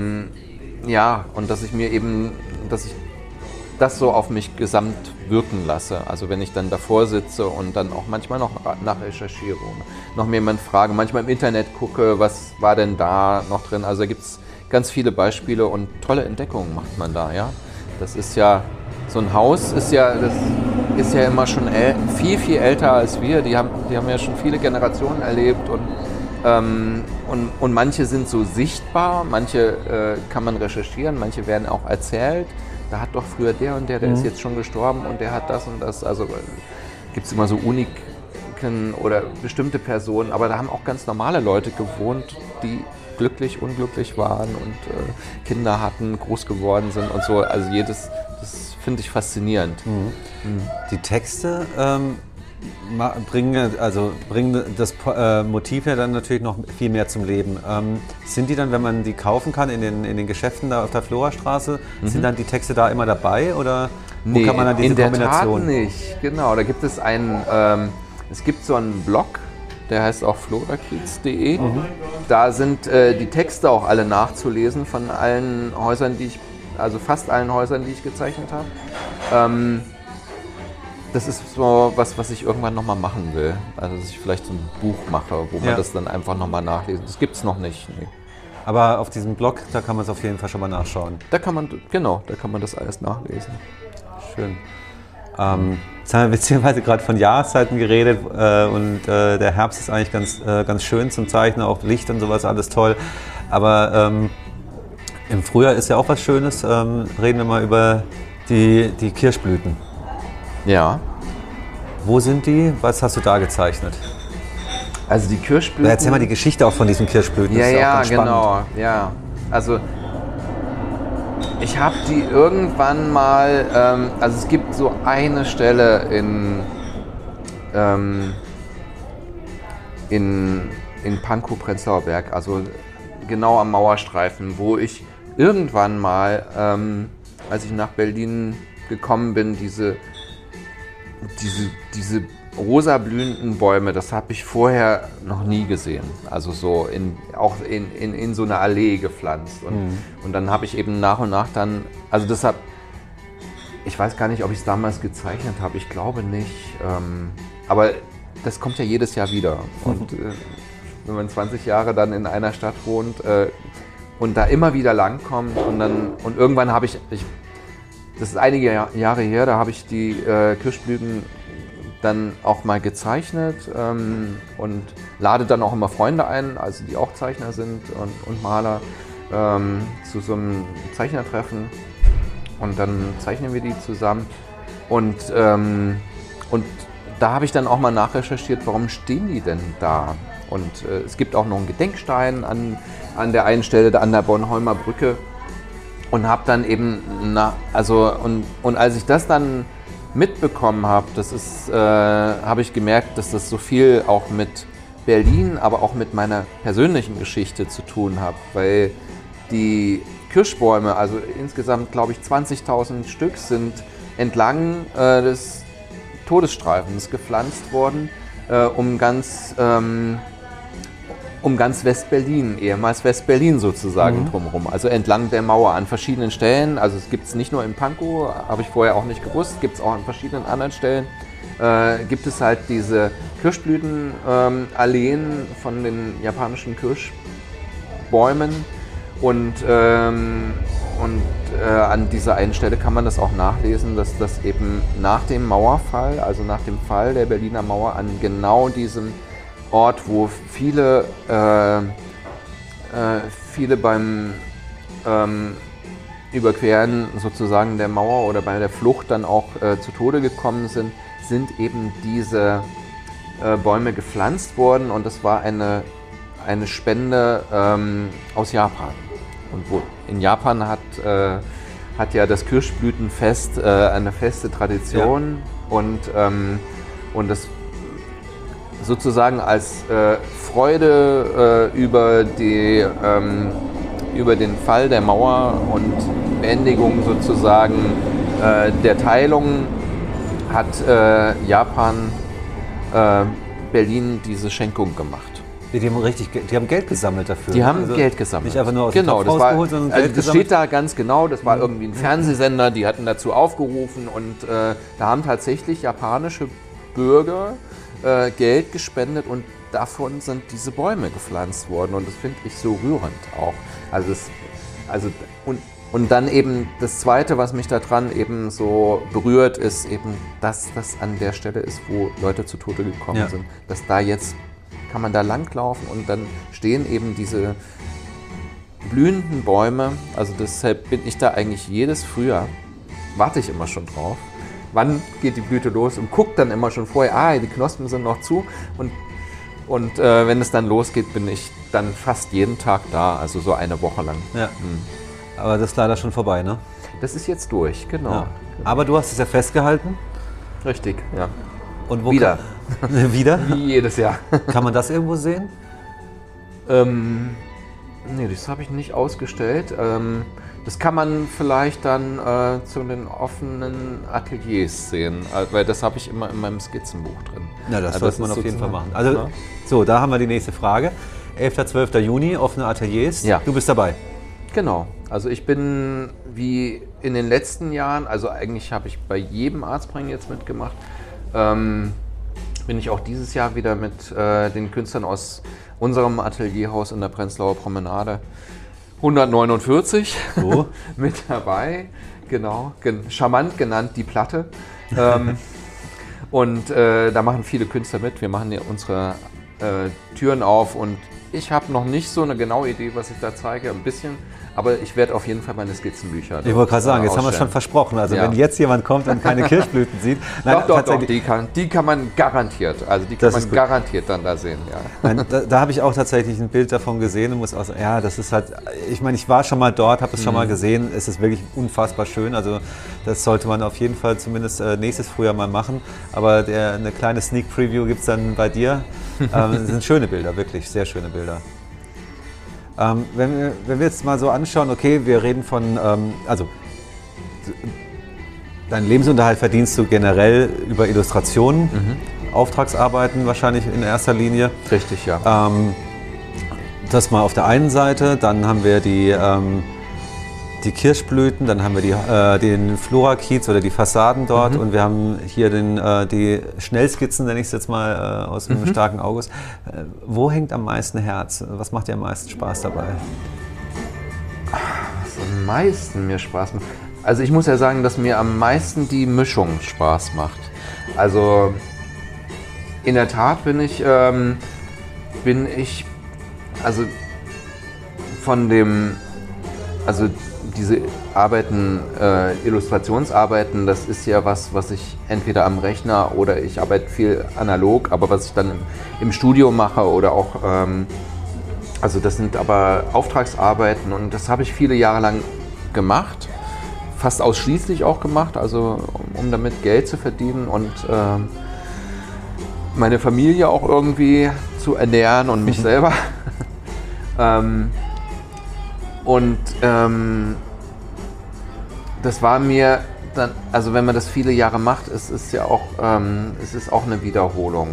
dass ich das so auf mich gesamt wirken lasse. Also wenn ich dann davor sitze und dann auch manchmal noch nachrecherchiere, noch mir jemand frage, manchmal im Internet gucke, was war denn da noch drin. Also da gibt es ganz viele Beispiele und tolle Entdeckungen macht man da, ja. Das ist ja, so ein Haus das ist ja immer schon viel, viel älter als wir. Die haben ja schon viele Generationen erlebt und manche sind so sichtbar, manche kann man recherchieren, manche werden auch erzählt. Da hat doch früher der und der ist jetzt schon gestorben und der hat das und das. Also gibt es immer so Uniken oder bestimmte Personen, aber da haben auch ganz normale Leute gewohnt, die glücklich, unglücklich waren und Kinder hatten, groß geworden sind und so. Also das finde ich faszinierend. Die Texte bringen das Motiv ja dann natürlich noch viel mehr zum Leben. Sind die dann, wenn man die kaufen kann in den Geschäften da auf der Florastraße, sind dann die Texte da immer dabei oder wo kann man dann diese Kombination? In der Tat nicht, genau. Da gibt es es gibt so einen Blog, der heißt auch florakiez.de. Da sind die Texte auch alle nachzulesen von allen Häusern, also fast allen Häusern, die ich gezeichnet habe. Das ist so was ich irgendwann nochmal machen will. Also, dass ich vielleicht so ein Buch mache, wo man das dann einfach nochmal nachlesen. Das gibt es noch nicht. Nee. Aber auf diesem Blog, da kann man es auf jeden Fall schon mal nachschauen. Da kann man das alles nachlesen. Schön. Jetzt haben wir beziehungsweise gerade von Jahreszeiten geredet und der Herbst ist eigentlich ganz schön zum Zeichnen, auch Licht und sowas, alles toll. Aber im Frühjahr ist ja auch was Schönes. Reden wir mal über die Kirschblüten. Ja. Wo sind die? Was hast du da gezeichnet? Also die Kirschblüten... Erzähl mal die Geschichte auch von diesen Kirschblüten. Ja, genau. Ja. Also ich habe die irgendwann mal... also es gibt so eine Stelle in Pankow, Prenzlauer Berg. Also genau am Mauerstreifen, wo ich irgendwann mal, als ich nach Berlin gekommen bin, diese rosa blühenden Bäume, das habe ich vorher noch nie gesehen. Also so auch in so einer Allee gepflanzt. Und dann habe ich eben nach und nach dann, also deshalb, ich weiß gar nicht, ob ich es damals gezeichnet habe, ich glaube nicht. Aber das kommt ja jedes Jahr wieder. Und wenn man 20 Jahre dann in einer Stadt wohnt und da immer wieder langkommt und irgendwann habe ich, das ist einige Jahre her, da habe ich die Kirschblüten dann auch mal gezeichnet und lade dann auch immer Freunde ein, also die auch Zeichner sind und Maler, zu so einem Zeichnertreffen und dann zeichnen wir die zusammen und da habe ich dann auch mal nachrecherchiert, warum stehen die denn da? Und es gibt auch noch einen Gedenkstein an der einen Stelle an der Bornholmer Brücke und habe dann eben, und als ich das dann mitbekommen habe, habe ich gemerkt, dass das so viel auch mit Berlin, aber auch mit meiner persönlichen Geschichte zu tun hat, weil die Kirschbäume, also insgesamt glaube ich 20.000 Stück, sind entlang des Todesstreifens gepflanzt worden, um ganz West-Berlin, ehemals West-Berlin sozusagen drumherum, also entlang der Mauer an verschiedenen Stellen. Also es gibt es nicht nur in Pankow, habe ich vorher auch nicht gewusst, gibt es auch an verschiedenen anderen Stellen. Gibt es halt diese Kirschblütenalleen von den japanischen Kirschbäumen und an dieser einen Stelle kann man das auch nachlesen, dass das eben nach dem Mauerfall, also nach dem Fall der Berliner Mauer an genau diesem Ort, wo viele beim Überqueren sozusagen der Mauer oder bei der Flucht dann auch zu Tode gekommen sind eben diese Bäume gepflanzt worden und das war eine Spende aus Japan. Und in Japan hat ja das Kirschblütenfest eine feste Tradition und das sozusagen als Freude über den Fall der Mauer und Beendigung sozusagen der Teilung hat Japan Berlin diese Schenkung gemacht. Die haben Geld gesammelt dafür. Die haben Geld gesammelt. Nicht einfach nur aus dem Topf rausgeholt, sondern Geld das gesammelt. steht da ganz genau, das war irgendwie ein Fernsehsender, die hatten dazu aufgerufen und da haben tatsächlich japanische Bürger Geld gespendet und davon sind diese Bäume gepflanzt worden und das finde ich so rührend auch. Und dann eben das Zweite, was mich daran eben so berührt, ist eben, dass das an der Stelle ist, wo Leute zu Tode gekommen sind. Dass da jetzt kann man da langlaufen und dann stehen eben diese blühenden Bäume. Also deshalb bin ich da eigentlich jedes Frühjahr, warte ich immer schon drauf. Wann geht die Blüte los und guckt dann immer schon vorher, die Knospen sind noch zu und wenn es dann losgeht, bin ich dann fast jeden Tag da, also so eine Woche lang. Ja. Aber das ist leider schon vorbei, ne? Das ist jetzt durch, genau. Ja. Aber du hast es ja festgehalten. Richtig, ja. Und wo Wieder. Wieder? Wie jedes Jahr. Kann man das irgendwo sehen? Nee, das habe ich nicht ausgestellt. Das kann man vielleicht dann zu den offenen Ateliers sehen, weil das habe ich immer in meinem Skizzenbuch drin. Na, das Also sollte man auf jeden Fall machen. Also, ja. so, da haben wir die nächste Frage. 11. 12. Juni, offene Ateliers. Ja. Du bist dabei. Genau. Also ich bin wie in den letzten Jahren, also eigentlich habe ich bei jedem Artspring jetzt mitgemacht, bin ich auch dieses Jahr wieder mit den Künstlern aus unserem Atelierhaus in der Prenzlauer Promenade 149 mit dabei. Genau, charmant genannt die Platte. Und da machen viele Künstler mit. Wir machen ja unsere Türen auf und ich habe noch nicht so eine genaue Idee, was ich da zeige, ein bisschen, aber ich werde auf jeden Fall meine Skizzenbücher Ich wollte gerade sagen, jetzt haben wir es schon versprochen, also wenn jetzt jemand kommt und keine Kirschblüten sieht, nein, doch, die kann man garantiert, also die kann man garantiert dann da sehen. Ja. Nein, da habe ich auch tatsächlich ein Bild davon gesehen und muss auch sagen, ja, das ist halt, ich meine, ich war schon mal dort, habe es schon mal gesehen, es ist wirklich unfassbar schön, also das sollte man auf jeden Fall zumindest nächstes Frühjahr mal machen, aber eine kleine Sneak Preview gibt es dann bei dir. Das sind schöne Bilder, wirklich sehr schöne Bilder. Wenn wir jetzt mal so anschauen, okay, wir reden von, deinen Lebensunterhalt verdienst du generell über Illustrationen, Auftragsarbeiten wahrscheinlich in erster Linie. Richtig, ja. Das mal auf der einen Seite, dann haben wir die Kirschblüten, dann haben wir den Flora-Kiez oder die Fassaden dort und wir haben hier die Schnellskizzen, nenne ich es jetzt mal, aus dem starken August. Wo hängt am meisten Herz? Was macht dir am meisten Spaß dabei? Was am meisten mir Spaß macht? Also ich muss ja sagen, dass mir am meisten die Mischung Spaß macht. Also in der Tat bin ich also von dem, also diese Arbeiten, Illustrationsarbeiten, das ist ja was ich entweder am Rechner oder ich arbeite viel analog, aber was ich dann im Studio mache oder auch, also das sind aber Auftragsarbeiten und das habe ich viele Jahre lang gemacht, fast ausschließlich auch gemacht, also um damit Geld zu verdienen und meine Familie auch irgendwie zu ernähren und mich selber. Das war mir dann, also wenn man das viele Jahre macht, es ist ja auch, es ist auch eine Wiederholung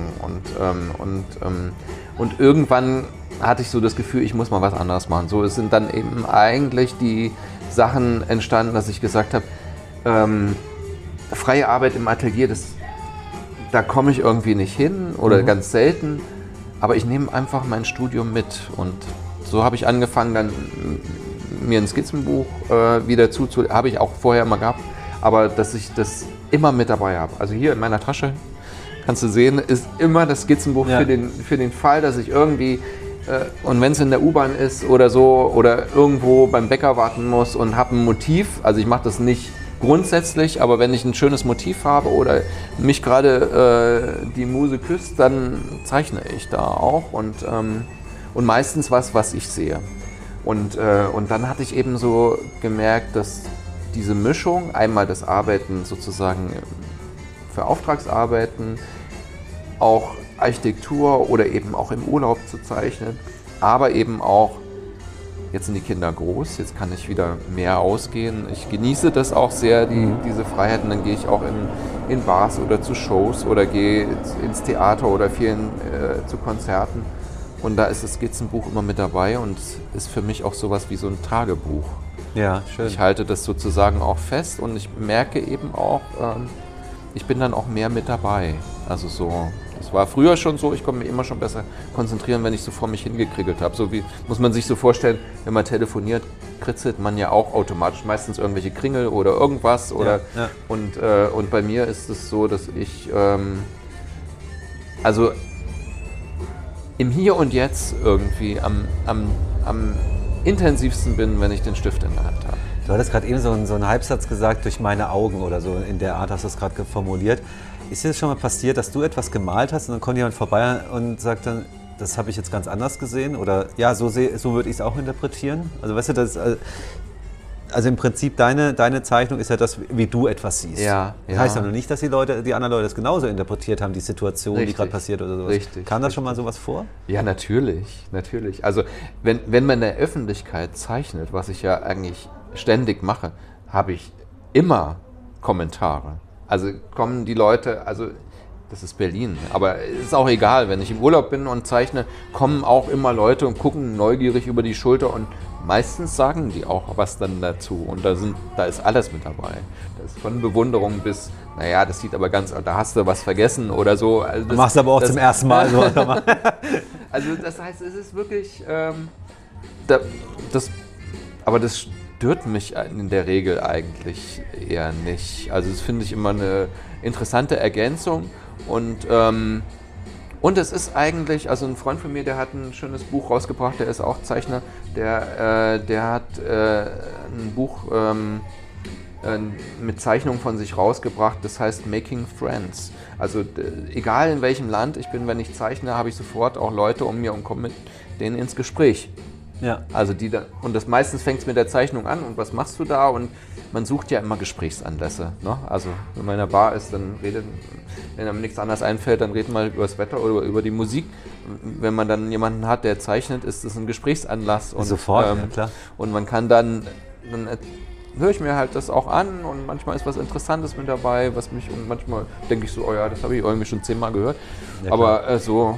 und irgendwann hatte ich so das Gefühl, ich muss mal was anderes machen. So, es sind dann eben eigentlich die Sachen entstanden, dass ich gesagt habe, freie Arbeit im Atelier, da komme ich irgendwie nicht hin oder ganz selten, aber ich nehme einfach mein Studium mit und so habe ich angefangen, dann mir ein Skizzenbuch wieder habe ich auch vorher immer gehabt, aber dass ich das immer mit dabei habe. Also hier in meiner Tasche, kannst du sehen, ist immer das Skizzenbuch für den Fall, dass ich irgendwie, und wenn es in der U-Bahn ist oder so, oder irgendwo beim Bäcker warten muss und habe ein Motiv, also ich mache das nicht grundsätzlich, aber wenn ich ein schönes Motiv habe oder mich gerade die Muse küsst, dann zeichne ich da auch und meistens was ich sehe. Und dann hatte ich eben so gemerkt, dass diese Mischung, einmal das Arbeiten sozusagen für Auftragsarbeiten, auch Architektur oder eben auch im Urlaub zu zeichnen, aber eben auch, jetzt sind die Kinder groß, jetzt kann ich wieder mehr ausgehen. Ich genieße das auch sehr, diese Freiheiten. Dann gehe ich auch in Bars oder zu Shows oder gehe ins Theater oder vielen zu Konzerten. Und da ist das Skizzenbuch immer mit dabei und ist für mich auch sowas wie so ein Tagebuch. Ja, schön. Ich halte das sozusagen auch fest und ich merke eben auch, ich bin dann auch mehr mit dabei. Also so, das war früher schon so, ich konnte mich immer schon besser konzentrieren, wenn ich so vor mich hingekriegelt habe. So wie muss man sich so vorstellen, wenn man telefoniert, kritzelt man ja auch automatisch meistens irgendwelche Kringel oder irgendwas. Oder, ja. Und bei mir ist es so, dass ich also im Hier und Jetzt irgendwie am intensivsten bin, wenn ich den Stift in der Hand habe. Du hattest gerade eben so einen Halbsatz gesagt, durch meine Augen oder so, in der Art hast du es gerade formuliert. Ist dir das schon mal passiert, dass du etwas gemalt hast und dann kommt jemand vorbei und sagt dann, das habe ich jetzt ganz anders gesehen? Oder ja, so würde ich es auch interpretieren? Also weißt du, also im Prinzip deine Zeichnung ist ja das, wie du etwas siehst. Ja, das heißt ja nur nicht, dass die anderen Leute das genauso interpretiert haben, die Situation, die gerade passiert oder sowas. Richtig. Kam da schon mal sowas vor? Ja, natürlich. Also wenn man in der Öffentlichkeit zeichnet, was ich ja eigentlich ständig mache, habe ich immer Kommentare. Also kommen die Leute, also das ist Berlin, aber es ist auch egal, wenn ich im Urlaub bin und zeichne, kommen auch immer Leute und gucken neugierig über die Schulter und meistens sagen die auch was dann dazu und da ist alles mit dabei. Das ist von Bewunderung bis, naja, das sieht aber ganz, da hast du was vergessen oder so. Also du machst aber auch zum ersten Mal so. Also das heißt, es ist wirklich, aber das stört mich in der Regel eigentlich eher nicht. Also das finde ich immer eine interessante Ergänzung und es ist eigentlich, also ein Freund von mir, der hat ein schönes Buch rausgebracht, der ist auch Zeichner, der hat ein Buch mit Zeichnungen von sich rausgebracht, das heißt Making Friends. Also egal in welchem Land ich bin, wenn ich zeichne, habe ich sofort auch Leute um mir und komme mit denen ins Gespräch. Ja. Also und das meistens fängt es mit der Zeichnung an und was machst du da? Und man sucht ja immer Gesprächsanlässe. Ne? Also wenn man in der Bar ist, dann wenn einem nichts anderes einfällt, dann redet man über das Wetter oder über die Musik. Wenn man dann jemanden hat, der zeichnet, ist das ein Gesprächsanlass. Und, Sofort, ja, klar. Und man kann dann höre ich mir halt das auch an und manchmal ist was Interessantes mit dabei, und manchmal denke ich so, oh ja, das habe ich irgendwie schon 10-mal gehört. Ja, aber so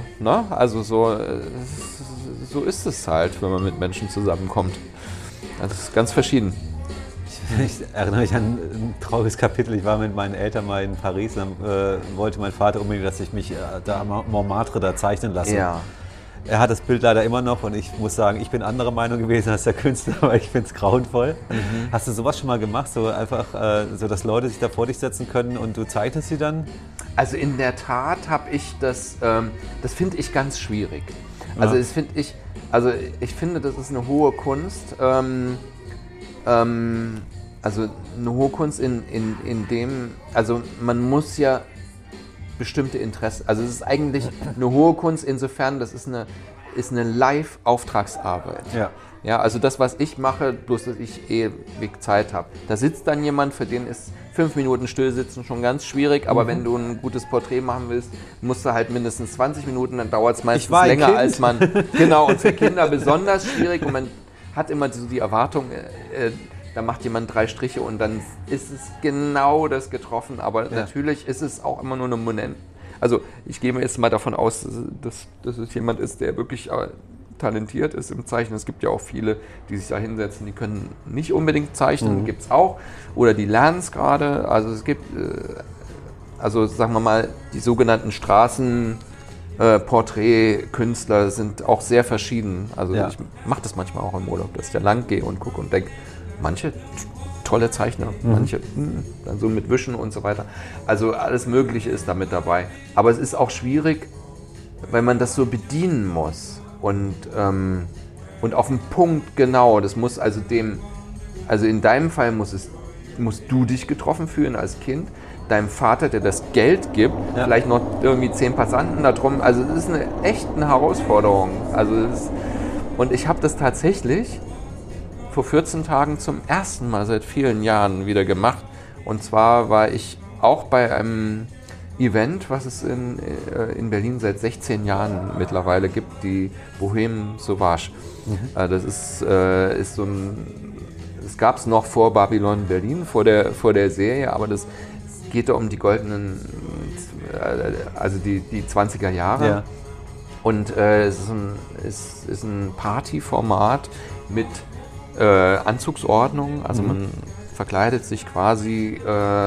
ist es halt, wenn man mit Menschen zusammenkommt. Das ist ganz verschieden. Ich erinnere mich an ein trauriges Kapitel. Ich war mit meinen Eltern mal in Paris, dann wollte mein Vater unbedingt, dass ich mich da Montmartre da zeichnen lasse. Ja. Er hat das Bild leider immer noch und ich muss sagen, ich bin anderer Meinung gewesen als der Künstler, aber ich finde es grauenvoll. Mhm. Hast du sowas schon mal gemacht, so einfach, so dass Leute sich da vor dich setzen können und du zeichnest sie dann? Also in der Tat habe ich das finde ich ganz schwierig. Also Ja. ich finde, das ist eine hohe Kunst. Also eine hohe Kunst in dem, also man muss ja bestimmte Interessen, also es ist eigentlich eine hohe Kunst insofern, das ist eine Live-Auftragsarbeit. Ja. Ja, also das, was ich mache, bloß dass ich ewig Zeit habe. Da sitzt dann jemand, für den ist 5 Minuten Stillsitzen schon ganz schwierig, aber wenn du ein gutes Porträt machen willst, musst du halt mindestens 20 Minuten, dann dauert es meistens länger, Kind. als man... Genau, und für Kinder besonders schwierig und man hat immer so die Erwartung, da macht jemand 3 Striche und dann ist es genau das getroffen, aber natürlich ist es auch immer nur eine Moment. Also ich gehe mir jetzt mal davon aus, dass es jemand ist, der wirklich talentiert ist im Zeichnen. Es gibt ja auch viele, die sich da hinsetzen, die können nicht unbedingt zeichnen, gibt es auch. Oder die lernen es gerade. Also es gibt, sagen wir mal, die sogenannten Straßenporträtkünstler sind auch sehr verschieden. Also ich mache das manchmal auch im Urlaub, dass ich da lang gehe und gucke und denke, manche tolle Zeichner, manche dann so mit Wischen und so weiter. Also alles Mögliche ist da mit dabei. Aber es ist auch schwierig, weil man das so bedienen muss. Und auf den Punkt genau, das muss also in deinem Fall musst du dich getroffen fühlen als Kind, deinem Vater, der das Geld gibt, vielleicht noch irgendwie 10 Passanten da drum, also es ist echt eine Herausforderung. Und ich habe das tatsächlich vor 14 Tagen zum ersten Mal seit vielen Jahren wieder gemacht. Und zwar war ich auch bei einem Event, was es in Berlin seit 16 Jahren mittlerweile gibt, die Bohème Sauvage. Das ist so das gab es noch vor Babylon Berlin, vor der Serie, aber es geht da um die goldenen, also die 20er Jahre. Ja. Und es ist ein Partyformat mit Anzugsordnung, also man verkleidet sich quasi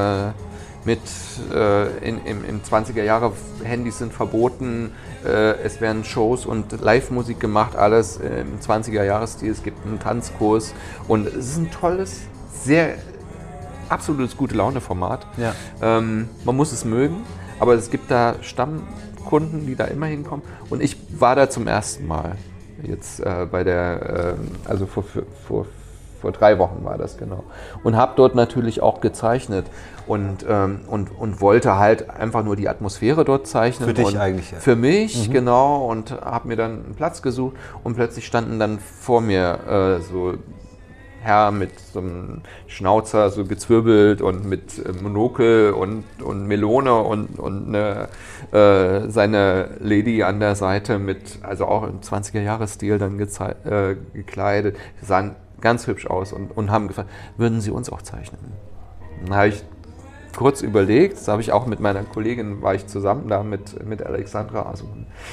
im 20er Jahre, Handys sind verboten, es werden Shows und Live-Musik gemacht, alles im 20er Jahresstil, es gibt einen Tanzkurs und es ist ein tolles, absolutes Gute-Laune-Format. Ja. Man muss es mögen, aber es gibt da Stammkunden, die da immer hinkommen und ich war da zum ersten Mal. Jetzt bei also vor 3 Wochen war das genau. Und habe dort natürlich auch gezeichnet und wollte halt einfach nur die Atmosphäre dort zeichnen. Für dich eigentlich? Ja. Für mich, genau. Und habe mir dann einen Platz gesucht und plötzlich standen dann vor mir so Herr mit so einem Schnauzer, so gezwirbelt und mit Monokel und Melone und seine Lady an der Seite also auch im 20er-Jahres-Stil dann gekleidet. Sie sahen ganz hübsch aus und haben gefragt, würden Sie uns auch zeichnen? Dann habe ich kurz überlegt, das habe ich auch mit meiner Kollegin, war ich zusammen da mit Alexandra. Also,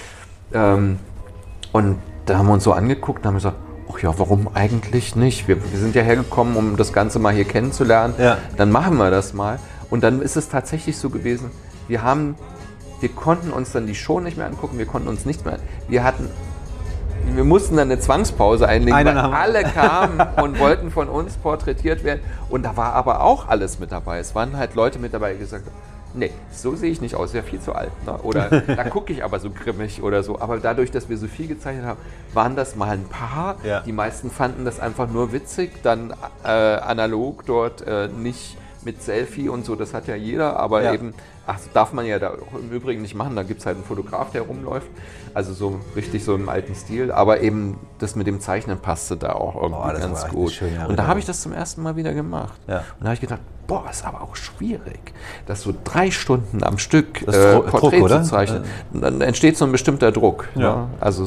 und da haben wir uns so angeguckt und haben gesagt, ach ja, warum eigentlich nicht? Wir sind ja hergekommen, um das Ganze mal hier kennenzulernen. Ja. Dann machen wir das mal. Und dann ist es tatsächlich so gewesen, wir konnten uns dann die Show nicht mehr angucken, wir konnten uns nichts mehr. Wir mussten dann eine Zwangspause einlegen, weil alle kamen und wollten von uns porträtiert werden. Und da war aber auch alles mit dabei. Es waren halt Leute mit dabei, die gesagt haben, nee, so sehe ich nicht aus, wäre viel zu alt. Ne? Oder da gucke ich aber so grimmig oder so. Aber dadurch, dass wir so viel gezeichnet haben, waren das mal ein paar. Ja. Die meisten fanden das einfach nur witzig, dann analog dort nicht mit Selfie und so, das hat ja jeder, aber eben, darf man ja da auch im Übrigen nicht machen, da gibt es halt einen Fotograf, der rumläuft, also so richtig so im alten Stil, aber eben das mit dem Zeichnen passte da auch irgendwie ganz gut. Und da habe ich das zum ersten Mal wieder gemacht. Und da habe ich gedacht, ist aber auch schwierig, das so 3 Stunden am Stück Porträt Druck, zu zeichnen. Dann entsteht so ein bestimmter Druck. Ja. Ne? Also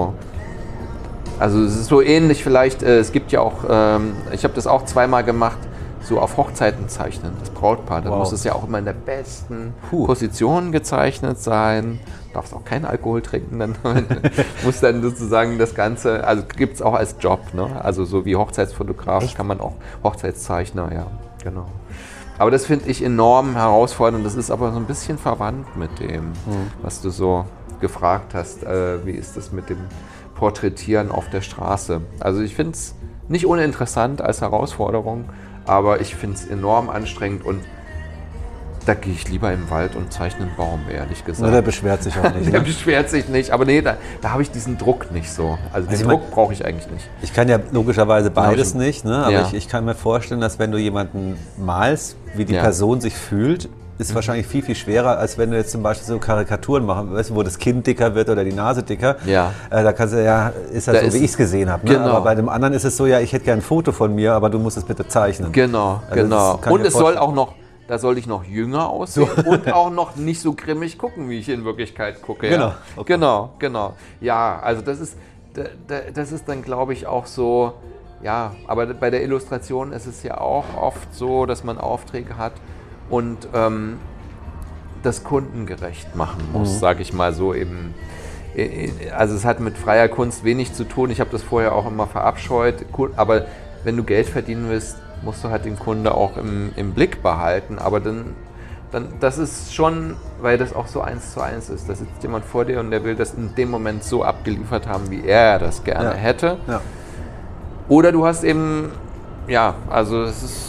es ist so ähnlich vielleicht, es gibt ja auch, ich habe das auch zweimal gemacht, so auf Hochzeiten zeichnen, das Brautpaar. Dann muss es ja auch immer in der besten Position gezeichnet sein. Darfst auch keinen Alkohol trinken, dann muss dann sozusagen das Ganze, also gibt es auch als Job, ne? Also so wie Hochzeitsfotograf. Echt? Kann man auch Hochzeitszeichner, ja, genau. Aber das finde ich enorm herausfordernd, das ist aber so ein bisschen verwandt mit dem, was du so gefragt hast, wie ist das mit dem Porträtieren auf der Straße. Also ich finde es nicht uninteressant als Herausforderung, aber ich finde es enorm anstrengend und da gehe ich lieber im Wald und zeichne einen Baum, ehrlich gesagt. Der beschwert sich auch nicht. Der beschwert sich nicht, aber nee, da habe ich diesen Druck nicht so. Also den Druck brauche ich eigentlich nicht. Ich kann ja logischerweise beides nicht, ne? Aber ich kann mir vorstellen, dass wenn du jemanden malst, wie die Person sich fühlt, ist wahrscheinlich viel, viel schwerer, als wenn du jetzt zum Beispiel so Karikaturen machst, weißt du, wo das Kinn dicker wird oder die Nase dicker. Ja. Da kannst du ist halt so, wie ich es gesehen habe. Ne? Genau. Aber bei dem anderen ist es so, ich hätte gerne ein Foto von mir, aber du musst es bitte zeichnen. Genau, genau. Und es soll auch noch, da soll ich noch jünger aussehen und auch noch nicht so grimmig gucken, wie ich in Wirklichkeit gucke. Genau. Ja. Okay. Genau. Ja, also das ist dann, glaube ich, auch so, aber bei der Illustration ist es ja auch oft so, dass man Aufträge hat und das kundengerecht machen muss, sage ich mal so eben. Also es hat mit freier Kunst wenig zu tun. Ich habe das vorher auch immer verabscheut, aber wenn du Geld verdienen willst, musst du halt den Kunde auch im Blick behalten, aber dann das ist schon, weil das auch so 1:1 ist. Da sitzt jemand vor dir und der will das in dem Moment so abgeliefert haben, wie er das gerne hätte. Ja. Oder du hast eben, also es ist,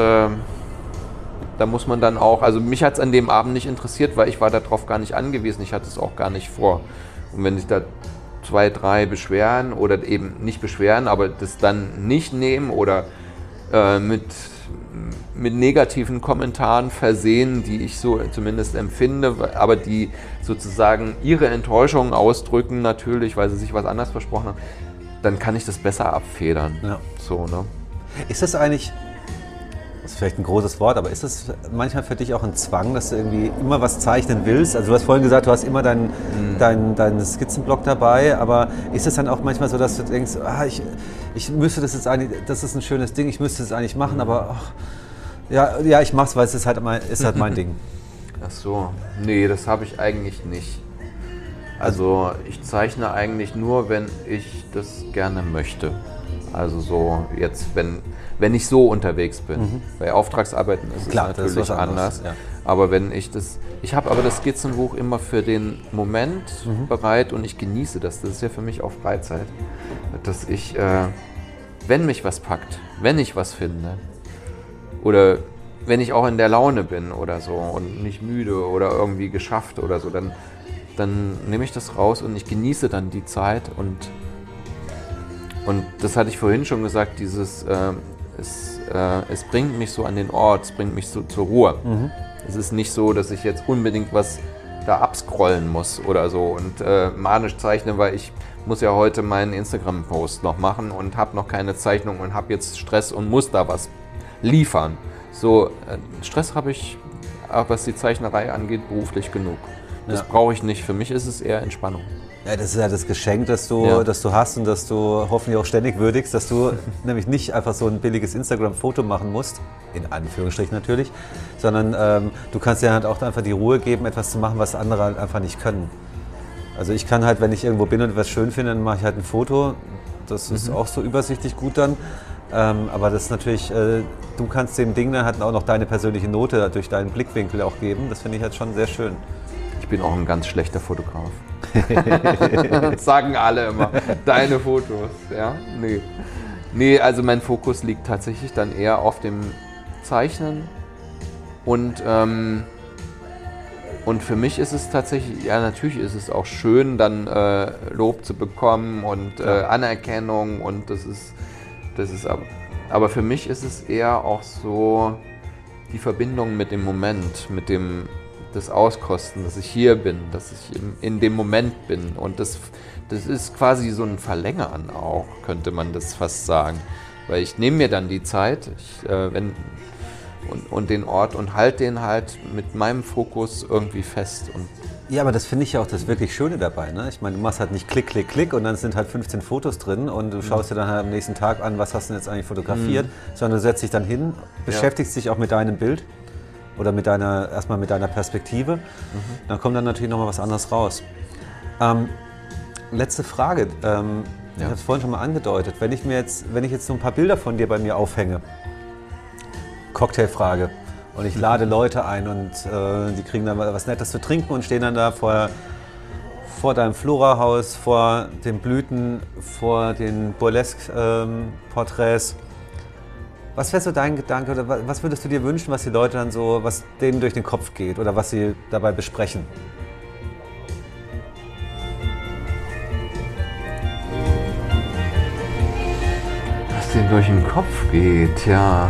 da muss man dann auch, also mich hat es an dem Abend nicht interessiert, weil ich war darauf gar nicht angewiesen, ich hatte es auch gar nicht vor. Und wenn sich da 2, 3 beschweren oder eben nicht beschweren, aber das dann nicht nehmen oder mit negativen Kommentaren versehen, die ich so zumindest empfinde, aber die sozusagen ihre Enttäuschung ausdrücken natürlich, weil sie sich was anderes versprochen haben, dann kann ich das besser abfedern. Ja. So, ne? Ist das eigentlich, das ist vielleicht ein großes Wort, aber ist das manchmal für dich auch ein Zwang, dass du irgendwie immer was zeichnen willst? Also du hast vorhin gesagt, du hast immer deinen Skizzenblock dabei, aber ist es dann auch manchmal so, dass du denkst, ich müsste das jetzt eigentlich, das ist ein schönes Ding, ich müsste es eigentlich machen, aber ich mach's, weil es ist halt mein Ding. Ach so, nee, das habe ich eigentlich nicht. Also ich zeichne eigentlich nur, wenn ich das gerne möchte. Also so jetzt, wenn ich so unterwegs bin. Bei Auftragsarbeiten ist es natürlich anders. Ja. Aber ich habe aber das Skizzenbuch immer für den Moment bereit und ich genieße das. Das ist ja für mich auch Freizeit. Dass ich, wenn mich was packt, wenn ich was finde oder wenn ich auch in der Laune bin oder so und nicht müde oder irgendwie geschafft oder so, dann nehme ich das raus und ich genieße dann die Zeit und das hatte ich vorhin schon gesagt, es bringt mich so an den Ort, es bringt mich so zur Ruhe. Es ist nicht so, dass ich jetzt unbedingt was da abscrollen muss oder so und manisch zeichne, weil ich muss ja heute meinen Instagram-Post noch machen und habe noch keine Zeichnung und habe jetzt Stress und muss da was liefern. So, Stress habe ich, was die Zeichnerei angeht, beruflich genug. Das brauche ich nicht. Für mich ist es eher Entspannung. Ja, das ist ja das Geschenk, das du hast und das du hoffentlich auch ständig würdigst, dass du nämlich nicht einfach so ein billiges Instagram-Foto machen musst, in Anführungsstrichen natürlich, sondern du kannst dir halt auch einfach die Ruhe geben, etwas zu machen, was andere halt einfach nicht können. Also ich kann halt, wenn ich irgendwo bin und etwas schön finde, dann mache ich halt ein Foto. Das ist auch so übersichtlich gut dann. Aber das ist natürlich, du kannst dem Ding dann halt auch noch deine persönliche Note durch deinen Blickwinkel auch geben. Das finde ich halt schon sehr schön. Ich bin auch ein ganz schlechter Fotograf. Das sagen alle immer. Deine Fotos, ja? Nee, also mein Fokus liegt tatsächlich dann eher auf dem Zeichnen. Und für mich ist es tatsächlich, natürlich ist es auch schön, dann Lob zu bekommen und Anerkennung. Und das ist aber für mich ist es eher auch so, die Verbindung mit dem Moment, mit dem das Auskosten, dass ich hier bin, dass ich in dem Moment bin. Und das ist quasi so ein Verlängern auch, könnte man das fast sagen. Weil ich nehme mir dann die Zeit und den Ort und halte den halt mit meinem Fokus irgendwie fest. Und ja, aber das finde ich ja auch das wirklich Schöne dabei. Ne? Ich meine, du machst halt nicht Klick, Klick, Klick und dann sind halt 15 Fotos drin und du schaust dir dann halt am nächsten Tag an, was hast du denn jetzt eigentlich fotografiert, sondern du setzt dich dann hin, beschäftigst dich auch mit deinem Bild oder erstmal mit deiner Perspektive. Dann kommt dann natürlich nochmal was anderes raus. Letzte Frage. Ich habe es vorhin schon mal angedeutet. Wenn ich jetzt so ein paar Bilder von dir bei mir aufhänge, Cocktailfrage, und ich lade Leute ein und die kriegen dann was Nettes zu trinken und stehen dann da vor deinem Florahaus, vor den Blüten, vor den Burlesque-Porträts. Was wäre so dein Gedanke oder was würdest du dir wünschen, was die Leute dann so, was denen durch den Kopf geht oder was sie dabei besprechen? Was denen durch den Kopf geht, ja.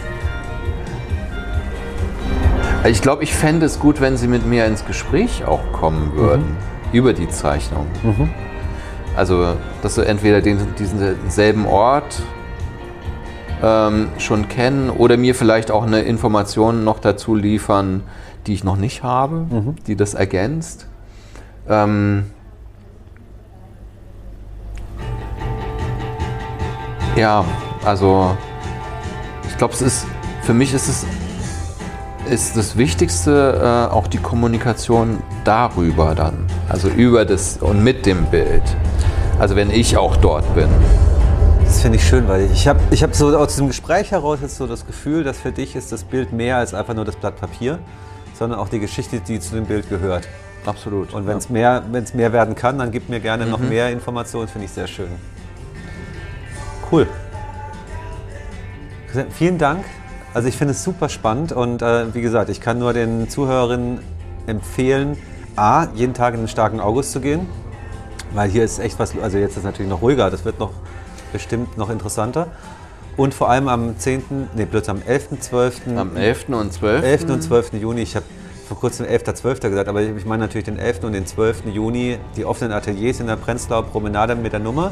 Ich glaube, ich fände es gut, wenn Sie mit mir ins Gespräch auch kommen würden, über die Zeichnung. Also, dass Sie entweder diesen selben Ort schon kennen oder mir vielleicht auch eine Information noch dazu liefern, die ich noch nicht habe, die das ergänzt. Ja, also ich glaube, für mich ist das Wichtigste auch die Kommunikation darüber dann, also über das und mit dem Bild, also wenn ich auch dort bin. Das finde ich schön, weil ich hab so aus diesem Gespräch heraus jetzt so das Gefühl, dass für dich ist das Bild mehr als einfach nur das Blatt Papier, sondern auch die Geschichte, die zu dem Bild gehört. Absolut. Und wenn es mehr werden kann, dann gib mir gerne noch mehr Informationen, finde ich sehr schön. Cool. Vielen Dank. Also ich finde es super spannend und wie gesagt, ich kann nur den Zuhörerinnen empfehlen, jeden Tag in den starken August zu gehen, weil hier ist echt was, also jetzt ist es natürlich noch ruhiger, das wird noch bestimmt noch interessanter. Und vor allem am 11.12. Am 11. und 12. 11. und 12. Juni, ich habe vor kurzem 11.12. gesagt, aber ich meine natürlich den 11. und den 12. Juni, die offenen Ateliers in der Prenzlauer Promenade mit der Nummer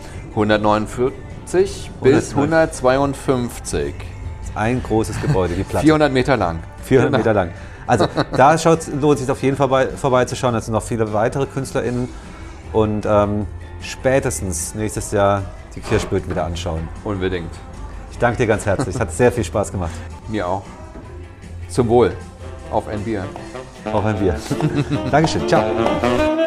149 bis 152. Ein großes Gebäude, die Platte. 400 Meter lang. 400 Meter lang. Also da lohnt es sich auf jeden Fall vorbeizuschauen. Es sind noch viele weitere KünstlerInnen und spätestens nächstes Jahr die Kirschböden wieder anschauen. Unbedingt. Ich danke dir ganz herzlich. Es hat sehr viel Spaß gemacht. Mir auch. Zum Wohl. Auf ein Bier. Auf ein Bier. Dankeschön. Ciao.